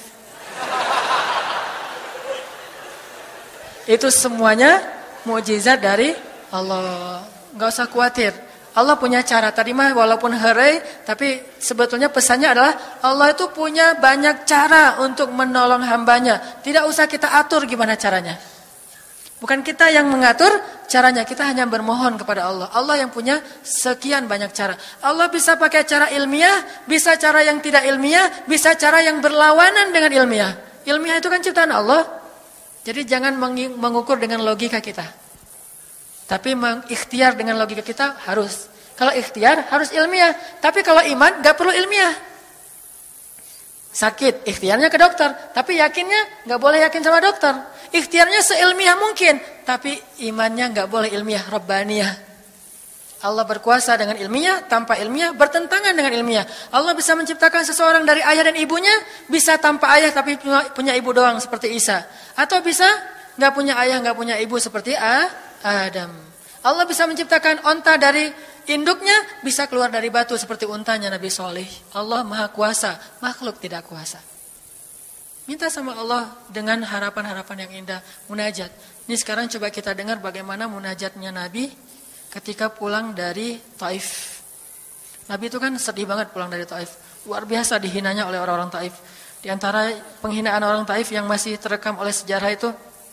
[SPEAKER 1] Itu semuanya mukjizat dari Allah. Gak usah khawatir. Allah punya cara. Tadi mah walaupun herai, tapi sebetulnya pesannya adalah Allah itu punya banyak cara untuk menolong hambanya. Tidak usah kita atur gimana caranya. Bukan kita yang mengatur caranya, kita hanya bermohon kepada Allah. Allah yang punya sekian banyak cara. Allah bisa pakai cara ilmiah, bisa cara yang tidak ilmiah, bisa cara yang berlawanan dengan ilmiah. Ilmiah itu kan ciptaan Allah. Jadi jangan mengukur dengan logika kita. Tapi mengikhtiar dengan logika kita harus. Kalau ikhtiar harus ilmiah. Tapi kalau iman gak perlu ilmiah. Sakit, ikhtiarnya ke dokter. Tapi yakinnya gak boleh yakin sama dokter. Ikhtiarnya seilmiah mungkin. Tapi imannya gak boleh ilmiah, rabbaniyah. Allah berkuasa dengan ilmiah, tanpa ilmiah, bertentangan dengan ilmiah. Allah bisa menciptakan seseorang dari ayah dan ibunya. Bisa tanpa ayah tapi punya ibu doang seperti Isa. Atau bisa gak punya ayah, gak punya ibu seperti Adam. Allah bisa menciptakan onta dari induknya, bisa keluar dari batu seperti untanya Nabi Soleh. Allah maha kuasa, makhluk tidak kuasa. Minta sama Allah dengan harapan-harapan yang indah, munajat. Ini sekarang coba kita dengar bagaimana munajatnya Nabi ketika pulang dari Taif. Nabi itu kan sedih banget pulang dari Taif. Luar biasa dihinanya oleh orang-orang Taif. Di antara penghinaan orang Taif yang masih terekam oleh sejarah itu,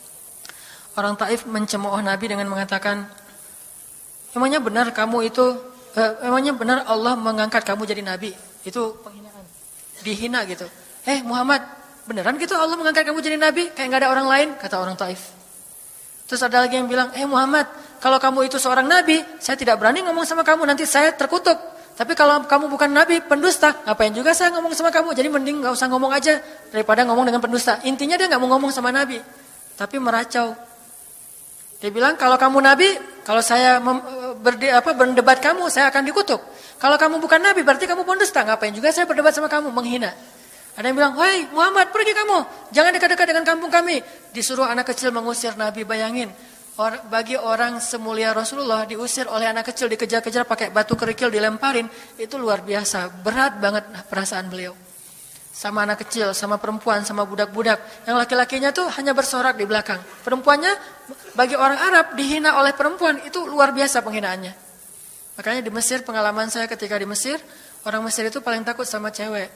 [SPEAKER 1] orang Taif mencemooh Nabi dengan mengatakan, emangnya benar kamu itu, emangnya benar Allah mengangkat kamu jadi Nabi? Itu penghinaan. Dihina gitu. Muhammad, beneran gitu Allah mengangkat kamu jadi Nabi? Kayak gak ada orang lain, kata orang Taif. Terus ada lagi yang bilang, Muhammad, kalau kamu itu seorang Nabi, saya tidak berani ngomong sama kamu, nanti saya terkutuk. Tapi kalau kamu bukan Nabi, pendusta, ngapain juga saya ngomong sama kamu? Jadi mending gak usah ngomong aja, daripada ngomong dengan pendusta. Intinya dia gak mau ngomong sama Nabi, tapi meracau. Dia bilang, kalau kamu Nabi, kalau saya berdebat kamu, saya akan dikutuk. Kalau kamu bukan Nabi, berarti kamu pendusta. Ngapain juga saya berdebat sama kamu, menghina. Ada yang bilang, hei Muhammad, pergi kamu. Jangan dekat-dekat dengan kampung kami. Disuruh anak kecil mengusir Nabi, bayangin. Bagi orang semulia Rasulullah, diusir oleh anak kecil, dikejar-kejar pakai batu kerikil, dilemparin. Itu luar biasa, berat banget perasaan beliau. Sama anak kecil, sama perempuan, sama budak-budak. Yang laki-lakinya tuh hanya bersorak di belakang. Perempuannya, bagi orang Arab, dihina oleh perempuan. Itu luar biasa penghinaannya. Makanya di Mesir, pengalaman saya ketika di Mesir, orang Mesir itu paling takut sama cewek.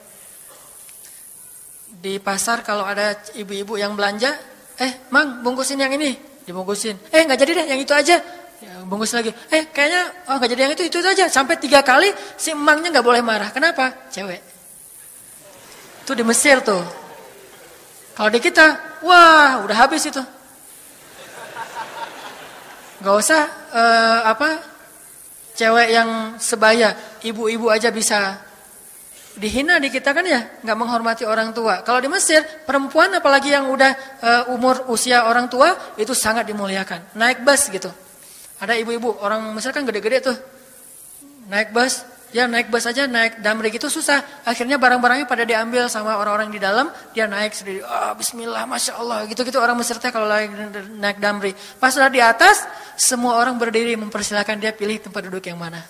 [SPEAKER 1] Di pasar kalau ada ibu-ibu yang belanja, Mang, bungkusin yang ini. Dibungkusin. Gak jadi deh, yang itu aja. Ya, bungkus lagi. Kayaknya, gak jadi yang itu aja. Sampai 3 kali, si emangnya gak boleh marah. Kenapa? Cewek. Itu di Mesir tuh. Kalau di kita, wah udah habis itu. Gak usah cewek yang sebaya, ibu-ibu aja bisa dihina di kita kan ya, gak menghormati orang tua. Kalau di Mesir, perempuan apalagi yang udah usia orang tua, itu sangat dimuliakan. Naik bus gitu. Ada ibu-ibu, orang Mesir kan gede-gede tuh. Naik bus. Dia naik bus aja, naik damri gitu susah. Akhirnya barang-barangnya pada diambil sama orang-orang di dalam. Dia naik sendiri. Bismillah, Masya Allah. Gitu-gitu orang Mesir teh kalau lagi naik damri. Pas sudah di atas, semua orang berdiri mempersilahkan dia pilih tempat duduk yang mana.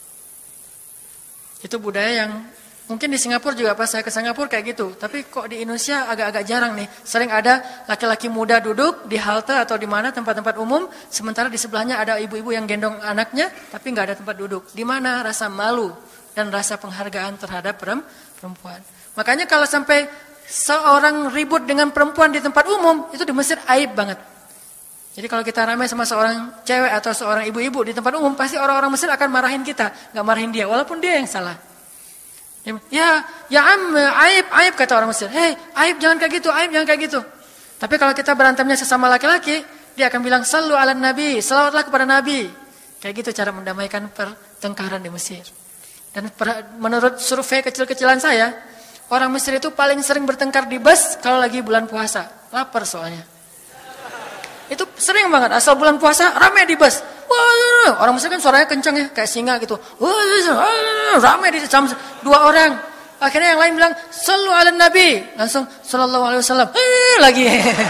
[SPEAKER 1] Itu budaya yang mungkin di Singapura juga pas saya ke Singapura kayak gitu. Tapi kok di Indonesia agak-agak jarang nih. Sering ada laki-laki muda duduk di halte atau di mana tempat-tempat umum. Sementara di sebelahnya ada ibu-ibu yang gendong anaknya. Tapi nggak ada tempat duduk. Di mana rasa malu dan rasa penghargaan terhadap perempuan. Makanya kalau sampai seorang ribut dengan perempuan di tempat umum. Itu di Mesir aib banget. Jadi kalau kita ramai sama seorang cewek atau seorang ibu-ibu di tempat umum. Pasti orang-orang Mesir akan marahin kita. Nggak marahin dia. Walaupun dia yang salah. Ya aib kata orang Mesir. Aib jangan kayak gitu, aib jangan kayak gitu. Tapi kalau kita berantemnya sesama laki-laki, dia akan bilang sallu ala nabi, selawatlah kepada nabi. Kayak gitu cara mendamaikan pertengkaran di Mesir. Dan menurut survei kecil-kecilan saya, orang Mesir itu paling sering bertengkar di bus kalau lagi bulan puasa. Lapar soalnya. Itu sering banget, asal bulan puasa ramai di bus. Wah, orang Mesir kan suaranya kencang ya, kayak singa gitu. Wah, ramai di jam 2 orang. Akhirnya yang lain bilang, sallu ala nabi. Langsung, sallallahu alaihi wasallam. Lagi.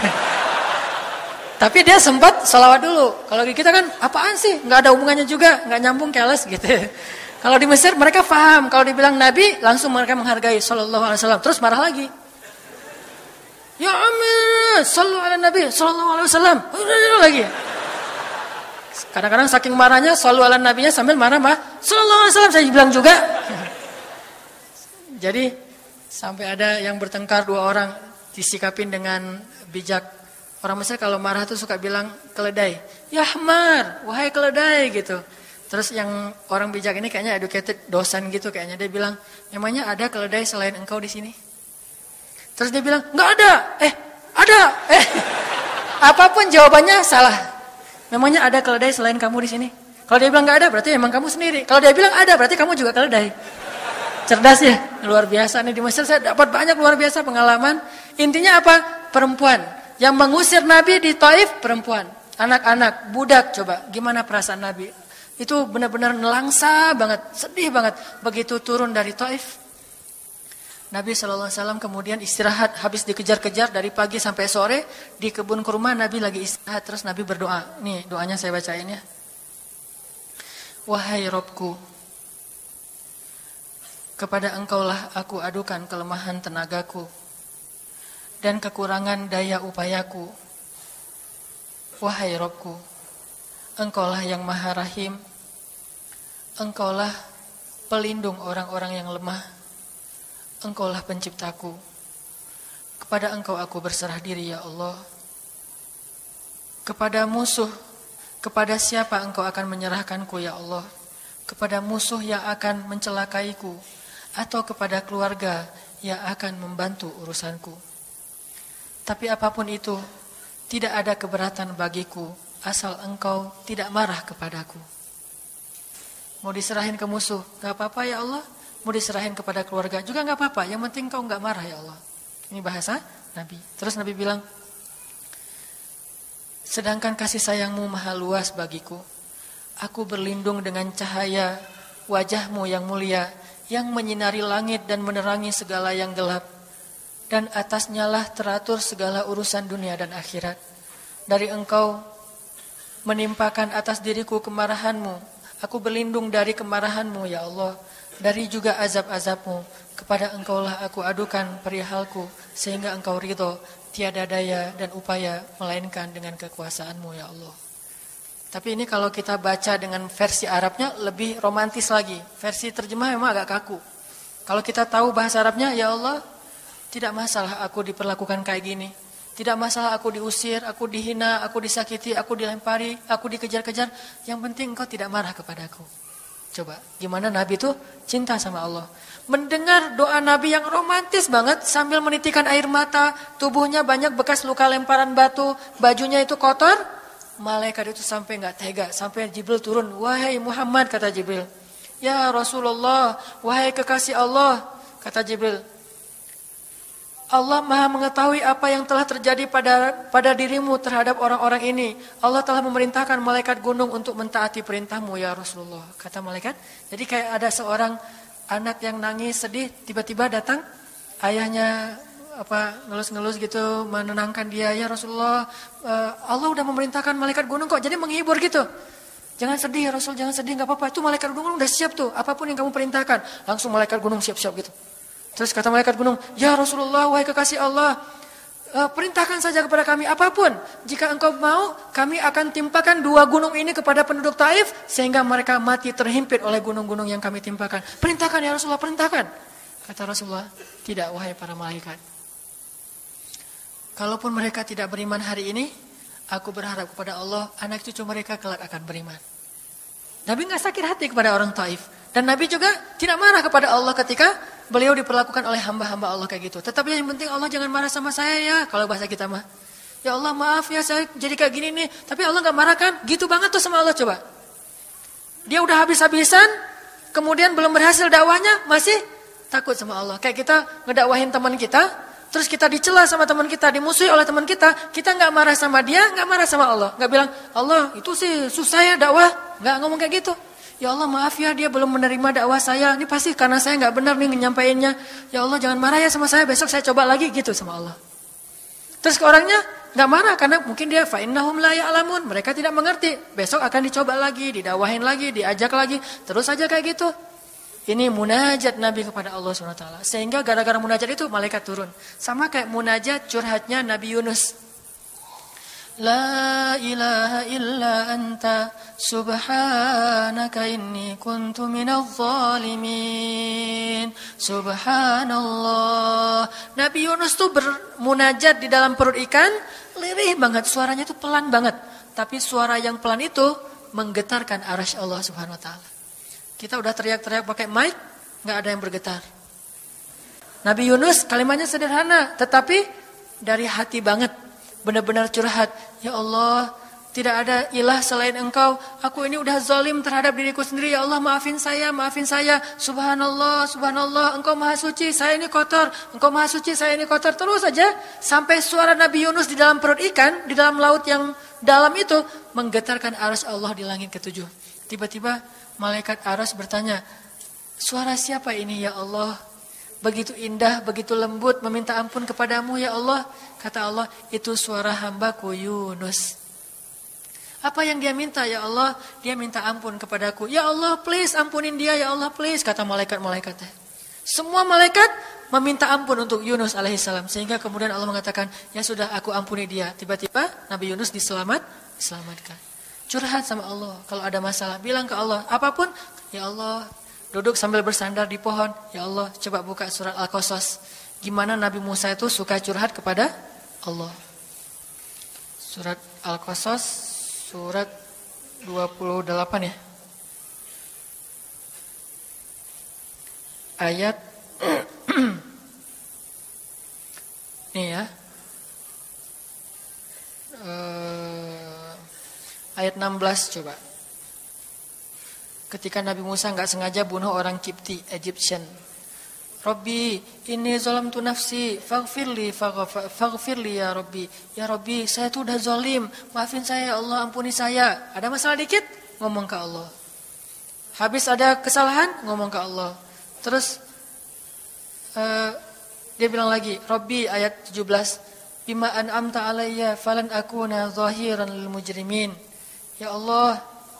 [SPEAKER 1] Tapi dia sempat salawat dulu. Kalau di kita kan, apaan sih? Nggak ada hubungannya juga, nggak nyambung, keles gitu. Kalau di Mesir mereka paham. Kalau dibilang nabi, langsung mereka menghargai sallallahu alaihi wasallam. Terus marah lagi. Ya Amir, sallu ala nabi, sallallahu alaihi wasallam. Lagi. Kadang-kadang saking marahnya, shollu ala nabinya sambil marah-marah. Sallallahu alaihi wasallam saya bilang juga. Jadi sampai ada yang bertengkar dua orang disikapin dengan bijak. Orang Mesir kalau marah tuh suka bilang keledai. Ya Ahmar, wahai keledai gitu. Terus yang orang bijak ini kayaknya educated dosen gitu kayaknya. Dia bilang, emangnya ada keledai selain engkau di sini? Terus dia bilang, nggak ada. Ada. Apapun jawabannya salah. Memangnya ada keledai selain kamu di sini? Kalau dia bilang nggak ada, berarti emang kamu sendiri. Kalau dia bilang ada, berarti kamu juga keledai. Cerdas ya, luar biasa nih di Mesir. Saya dapat banyak luar biasa pengalaman. Intinya apa? Perempuan yang mengusir Nabi di Taif, perempuan, anak-anak, budak. Coba, gimana perasaan Nabi? Itu benar-benar nelangsa banget, sedih banget. Begitu turun dari Taif, Nabi SAW kemudian istirahat, habis dikejar-kejar dari pagi sampai sore di kebun kurma. Nabi lagi istirahat, terus Nabi berdoa. Nih doanya saya bacain ya. Wahai Robku, kepada engkaulah aku adukan kelemahan tenagaku dan kekurangan daya upayaku. Wahai Robku, engkaulah yang maha rahim, engkaulah pelindung orang-orang yang lemah, engkaulah penciptaku. Kepada engkau aku berserah diri ya Allah. Kepada musuh, kepada siapa engkau akan menyerahkanku ya Allah? Kepada musuh yang akan mencelakaiku, atau kepada keluarga yang akan membantu urusanku. Tapi apapun itu, tidak ada keberatan bagiku, asal engkau tidak marah kepadaku. Mau diserahin ke musuh, gak apa-apa ya Allah. Mau diserahin kepada keluarga juga gak apa-apa. Yang penting engkau gak marah ya Allah. Ini bahasa Nabi. Terus Nabi bilang, sedangkan kasih sayangmu maha luas bagiku. Aku berlindung dengan cahaya wajahmu yang mulia, yang menyinari langit dan menerangi segala yang gelap. Dan atasnya lah teratur segala urusan dunia dan akhirat. Dari engkau menimpakan atas diriku kemarahanmu. Aku berlindung dari kemarahanmu ya Allah. Dari juga azab-azabmu. Kepada engkaulah aku adukan perihalku. Sehingga engkau ridho. Tiada daya dan upaya melainkan dengan kekuasaanmu ya Allah. Tapi ini kalau kita baca dengan versi Arabnya lebih romantis lagi. Versi terjemah memang agak kaku. Kalau kita tahu bahasa Arabnya, ya Allah, tidak masalah aku diperlakukan kayak gini. Tidak masalah aku diusir, aku dihina, aku disakiti, aku dilempari, aku dikejar-kejar. Yang penting engkau tidak marah kepadaku. Coba, gimana Nabi itu cinta sama Allah. Mendengar doa Nabi yang romantis banget sambil menitikan air mata. Tubuhnya banyak bekas luka lemparan batu. Bajunya itu kotor. Malaikat itu sampai gak tega. Sampai Jibril turun. Wahai Muhammad, kata Jibril. Ya Rasulullah, wahai kekasih Allah, kata Jibril. Allah maha mengetahui apa yang telah terjadi pada dirimu terhadap orang-orang ini. Allah telah memerintahkan malaikat gunung untuk mentaati perintahmu ya Rasulullah. Kata malaikat. Jadi kayak ada seorang anak yang nangis sedih. Tiba-tiba datang ayahnya ngelus-ngelus gitu menenangkan dia. Ya Rasulullah, Allah udah memerintahkan malaikat gunung kok. Jadi menghibur gitu. Jangan sedih ya Rasul, jangan sedih, gak apa-apa. Itu malaikat gunung udah siap tuh. Apapun yang kamu perintahkan. Langsung malaikat gunung siap-siap gitu. Terus kata malaikat gunung, ya Rasulullah, wahai kekasih Allah, perintahkan saja kepada kami apapun. Jika engkau mau, kami akan timpakan dua gunung ini kepada penduduk Taif, sehingga mereka mati terhimpit oleh gunung-gunung yang kami timpakan. Perintahkan ya Rasulullah, perintahkan. Kata Rasulullah, tidak wahai para malaikat. Kalaupun mereka tidak beriman hari ini, aku berharap kepada Allah, anak cucu mereka kelak akan beriman. Nabi gak sakit hati kepada orang Taif. Dan Nabi juga tidak marah kepada Allah ketika beliau diperlakukan oleh hamba-hamba Allah kayak gitu. Tetapi yang penting Allah jangan marah sama saya ya. Kalau bahasa kita mah. Ya Allah maaf ya saya jadi kayak gini nih. Tapi Allah gak marah kan? Gitu banget tuh sama Allah coba. Dia udah habis-habisan. Kemudian belum berhasil dakwahnya. Masih takut sama Allah. Kayak kita ngedakwahin teman kita. Terus kita dicela sama teman kita. Dimusuhi oleh teman kita. Kita gak marah sama dia. Gak marah sama Allah. Gak bilang Allah itu sih susah ya dakwah. Gak ngomong kayak gitu. Ya Allah maaf ya dia belum menerima dakwah saya. Ini pasti karena saya gak benar nih nyampainya. Ya Allah jangan marah ya sama saya. Besok saya coba lagi gitu sama Allah. Terus ke orangnya gak marah. Karena mungkin dia fa'innahum la ya'lamun. Mereka tidak mengerti. Besok akan dicoba lagi. Didakwahin lagi. Diajak lagi. Terus aja kayak gitu. Ini munajat Nabi kepada Allah SWT. Sehingga gara-gara munajat itu malaikat turun. Sama kayak munajat curhatnya Nabi Yunus. La ilaha illa anta subhanaka inni kuntu minadh zalimin. Subhanallah. Nabi Yunus tuh bermunajat di dalam perut ikan, lirih banget, suaranya tuh pelan banget. Tapi suara yang pelan itu menggetarkan arasy Allah Subhanahu wa taala. Kita udah teriak-teriak pakai mic, enggak ada yang bergetar. Nabi Yunus kalimatnya sederhana, tetapi dari hati banget. Benar-benar curhat. Ya Allah, tidak ada ilah selain Engkau. Aku ini udah zalim terhadap diriku sendiri. Ya Allah, maafin saya, maafin saya. Subhanallah, subhanallah. Engkau maha suci, saya ini kotor. Engkau maha suci, saya ini kotor. Terus saja sampai suara Nabi Yunus di dalam perut ikan, di dalam laut yang dalam itu menggetarkan arasy Allah di langit ketujuh. Tiba-tiba malaikat arasy bertanya, suara siapa ini ya Allah? Begitu indah, begitu lembut, meminta ampun kepadamu ya Allah. Kata Allah, itu suara hambaku Yunus. Apa yang dia minta ya Allah? Dia minta ampun kepadaku. Ya Allah, please ampunin dia ya Allah, please. Kata malaikat-malaikatnya. Semua malaikat meminta ampun untuk Yunus alaihissalam. Sehingga kemudian Allah mengatakan, ya sudah aku ampuni dia. Tiba-tiba Nabi Yunus diselamatkan. Curhat sama Allah. Kalau ada masalah, bilang ke Allah. Apapun, ya Allah. Duduk sambil bersandar di pohon. Ya Allah, coba buka surat Al-Qasas. Gimana Nabi Musa itu suka curhat kepada Allah. Surat Al-Qasas, surat 28 ya. Ayat nih ya. Ayat 16 coba. Ketika Nabi Musa enggak sengaja bunuh orang Kipti, Egyptian. Rabbi, inni zalamtu nafsi, faghfirli ya Rabbi. Ya Rabbi, saya tuh udah zalim, maafin saya ya Allah, ampuni saya. Ada masalah dikit, ngomong ke Allah. Habis ada kesalahan, ngomong ke Allah. Terus dia bilang lagi, Rabbi ayat 17, bima an'amta alayya falan akuna zahiran lil mujrimin. Ya Allah,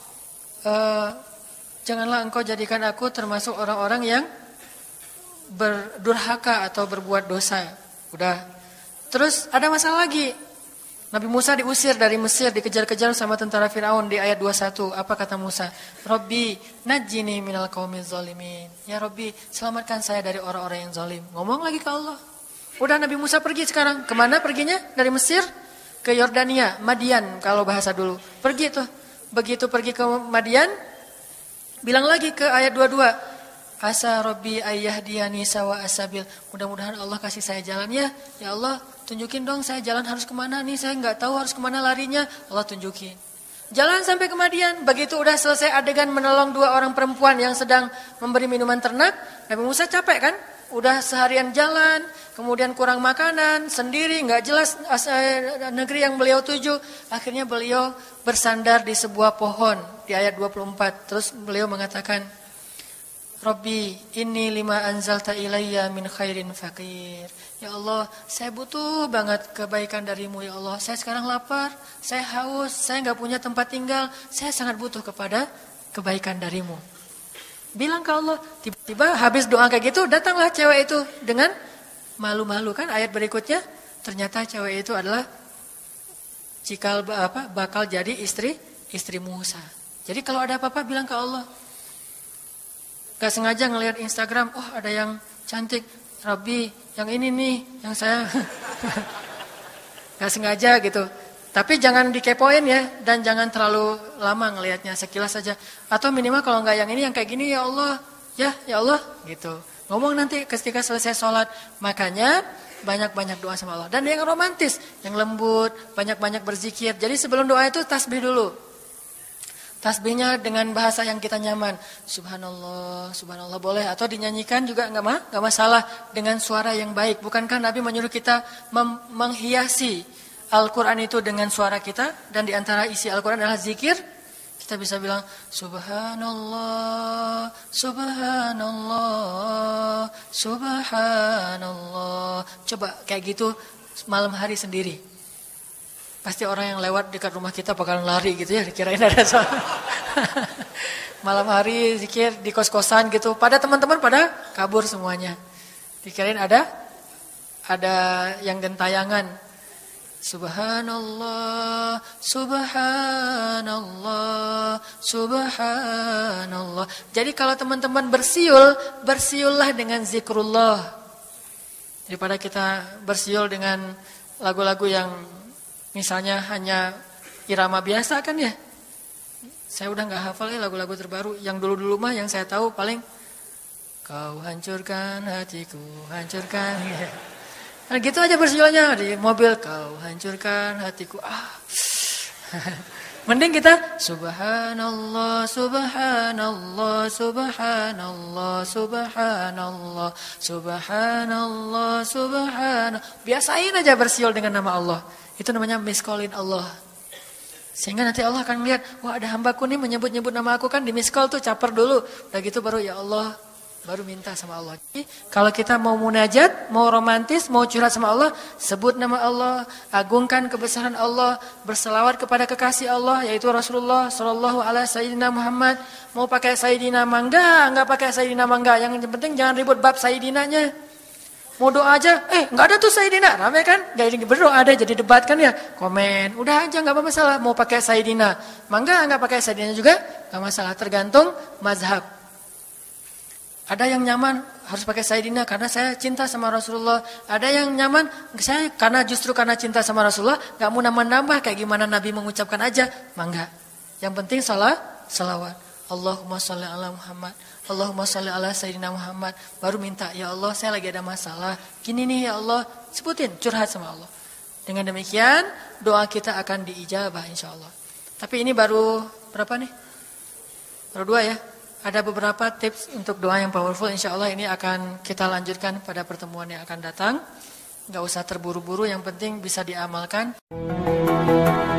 [SPEAKER 1] janganlah engkau jadikan aku termasuk orang-orang yang berdurhaka atau berbuat dosa. Udah. Terus ada masalah lagi. Nabi Musa diusir dari Mesir, dikejar-kejar sama tentara Firaun di ayat 21. Apa kata Musa? Rabbi, najjini minal qaumiz zalimin. Ya Rabbi, selamatkan saya dari orang-orang yang zalim. Ngomong lagi ke Allah. Udah Nabi Musa pergi sekarang. Kemana perginya? Dari Mesir ke Yordania, Madian kalau bahasa dulu. Pergi tuh. Begitu pergi ke Madian, bilang lagi ke ayat 22. Asa Rabbi ayyahdiyani sawa asabil. Mudah-mudahan Allah kasih saya jalan ya. Ya Allah, tunjukin dong saya jalan harus kemana nih. Saya nggak tahu harus kemana larinya. Allah tunjukin. Jalan sampai ke Madian. Begitu udah selesai adegan menolong dua orang perempuan yang sedang memberi minuman ternak. Nabi Musa capek kan? Udah seharian jalan. Kemudian kurang makanan. Sendiri nggak jelas negeri yang beliau tuju. Akhirnya beliau bersandar di sebuah pohon. Di ayat 24. Terus beliau mengatakan, Rabbi, inni lima anzalta ilayya min khairin faqir. Ya Allah, saya butuh banget kebaikan darimu ya Allah. Saya sekarang lapar, saya haus, saya enggak punya tempat tinggal. Saya sangat butuh kepada kebaikan darimu. Bilang ke Allah, tiba-tiba habis doa kayak gitu, datanglah cewek itu dengan malu-malu kan ayat berikutnya. Ternyata cewek itu adalah bakal jadi istri Musa. Jadi kalau ada apa-apa bilang ke Allah. Gak sengaja ngelihat Instagram, oh ada yang cantik, Rabbi, yang ini nih, yang saya gak sengaja gitu. Tapi jangan dikepoin ya, dan jangan terlalu lama ngelihatnya, sekilas saja. Atau minimal kalau nggak yang ini, yang kayak gini ya Allah, ya Allah, gitu. Ngomong nanti ketika selesai sholat, makanya banyak-banyak doa sama Allah. Dan yang romantis, yang lembut, banyak-banyak berzikir. Jadi sebelum doa itu tasbih dulu. Tasbihnya dengan bahasa yang kita nyaman. Subhanallah, subhanallah boleh. Atau dinyanyikan juga enggak masalah dengan suara yang baik. Bukankah Nabi menyuruh kita menghiasi Al-Quran itu dengan suara kita. Dan diantara isi Al-Quran adalah zikir. Kita bisa bilang Subhanallah, Subhanallah, Subhanallah. Coba kayak gitu malam hari sendiri. Pasti orang yang lewat dekat rumah kita bakalan lari gitu ya, dikirain ada soal. Malam hari zikir di kos-kosan gitu, pada teman-teman pada kabur semuanya. Dikirain ada yang gentayangan. Subhanallah, subhanallah, subhanallah. Jadi kalau teman-teman bersiul, bersiullah dengan zikrullah. Daripada kita bersiul dengan lagu-lagu yang misalnya hanya irama biasa kan ya. Saya udah gak hafal ya lagu-lagu terbaru. Yang dulu-dulu mah yang saya tahu paling kau hancurkan hatiku, hancurkan. Nah gitu aja bersiulnya di mobil, kau hancurkan hatiku. Mending kita subhanallah, subhanallah, subhanallah, subhanallah, subhanallah, subhanallah. Biasain aja bersiul dengan nama Allah. Itu namanya miskolin Allah. Sehingga nanti Allah akan melihat, wah ada hambaku nih menyebut-nyebut nama aku kan di miskol tuh, caper dulu. Udah gitu baru ya Allah, baru minta sama Allah. Jadi, kalau kita mau munajat, mau romantis, mau curhat sama Allah, sebut nama Allah, agungkan kebesaran Allah, berselawat kepada kekasih Allah, yaitu Rasulullah Sallallahu Alaihi Sayyidina Muhammad. Mau pakai Sayyidina mangga, enggak pakai Sayyidina mangga. Yang penting jangan ribut bab Sayyidinanya. Mau doa aja, enggak ada tuh Sayyidina, ramai kan? Gak berdoa ada, jadi debat kan ya, komen. Udah aja, enggak masalah. Mau pakai Sayyidina mangga, enggak pakai Sayyidina juga, enggak masalah. Tergantung mazhab. Ada yang nyaman harus pakai Sayyidina karena saya cinta sama Rasulullah. Ada yang nyaman saya justru karena cinta sama Rasulullah gak mau nambah-nambah kayak gimana Nabi mengucapkan aja. Mangga. Yang penting salawat. Allahumma sholli ala Muhammad. Allahumma sholli ala Sayyidina Muhammad. Baru minta, ya Allah saya lagi ada masalah. Gini nih ya Allah. Sebutin, curhat sama Allah. Dengan demikian doa kita akan diijabah insya Allah. Tapi ini baru berapa nih? Baru 2 ya. Ada beberapa tips untuk doa yang powerful. Insya Allah ini akan kita lanjutkan pada pertemuan yang akan datang. Gak usah terburu-buru, yang penting bisa diamalkan.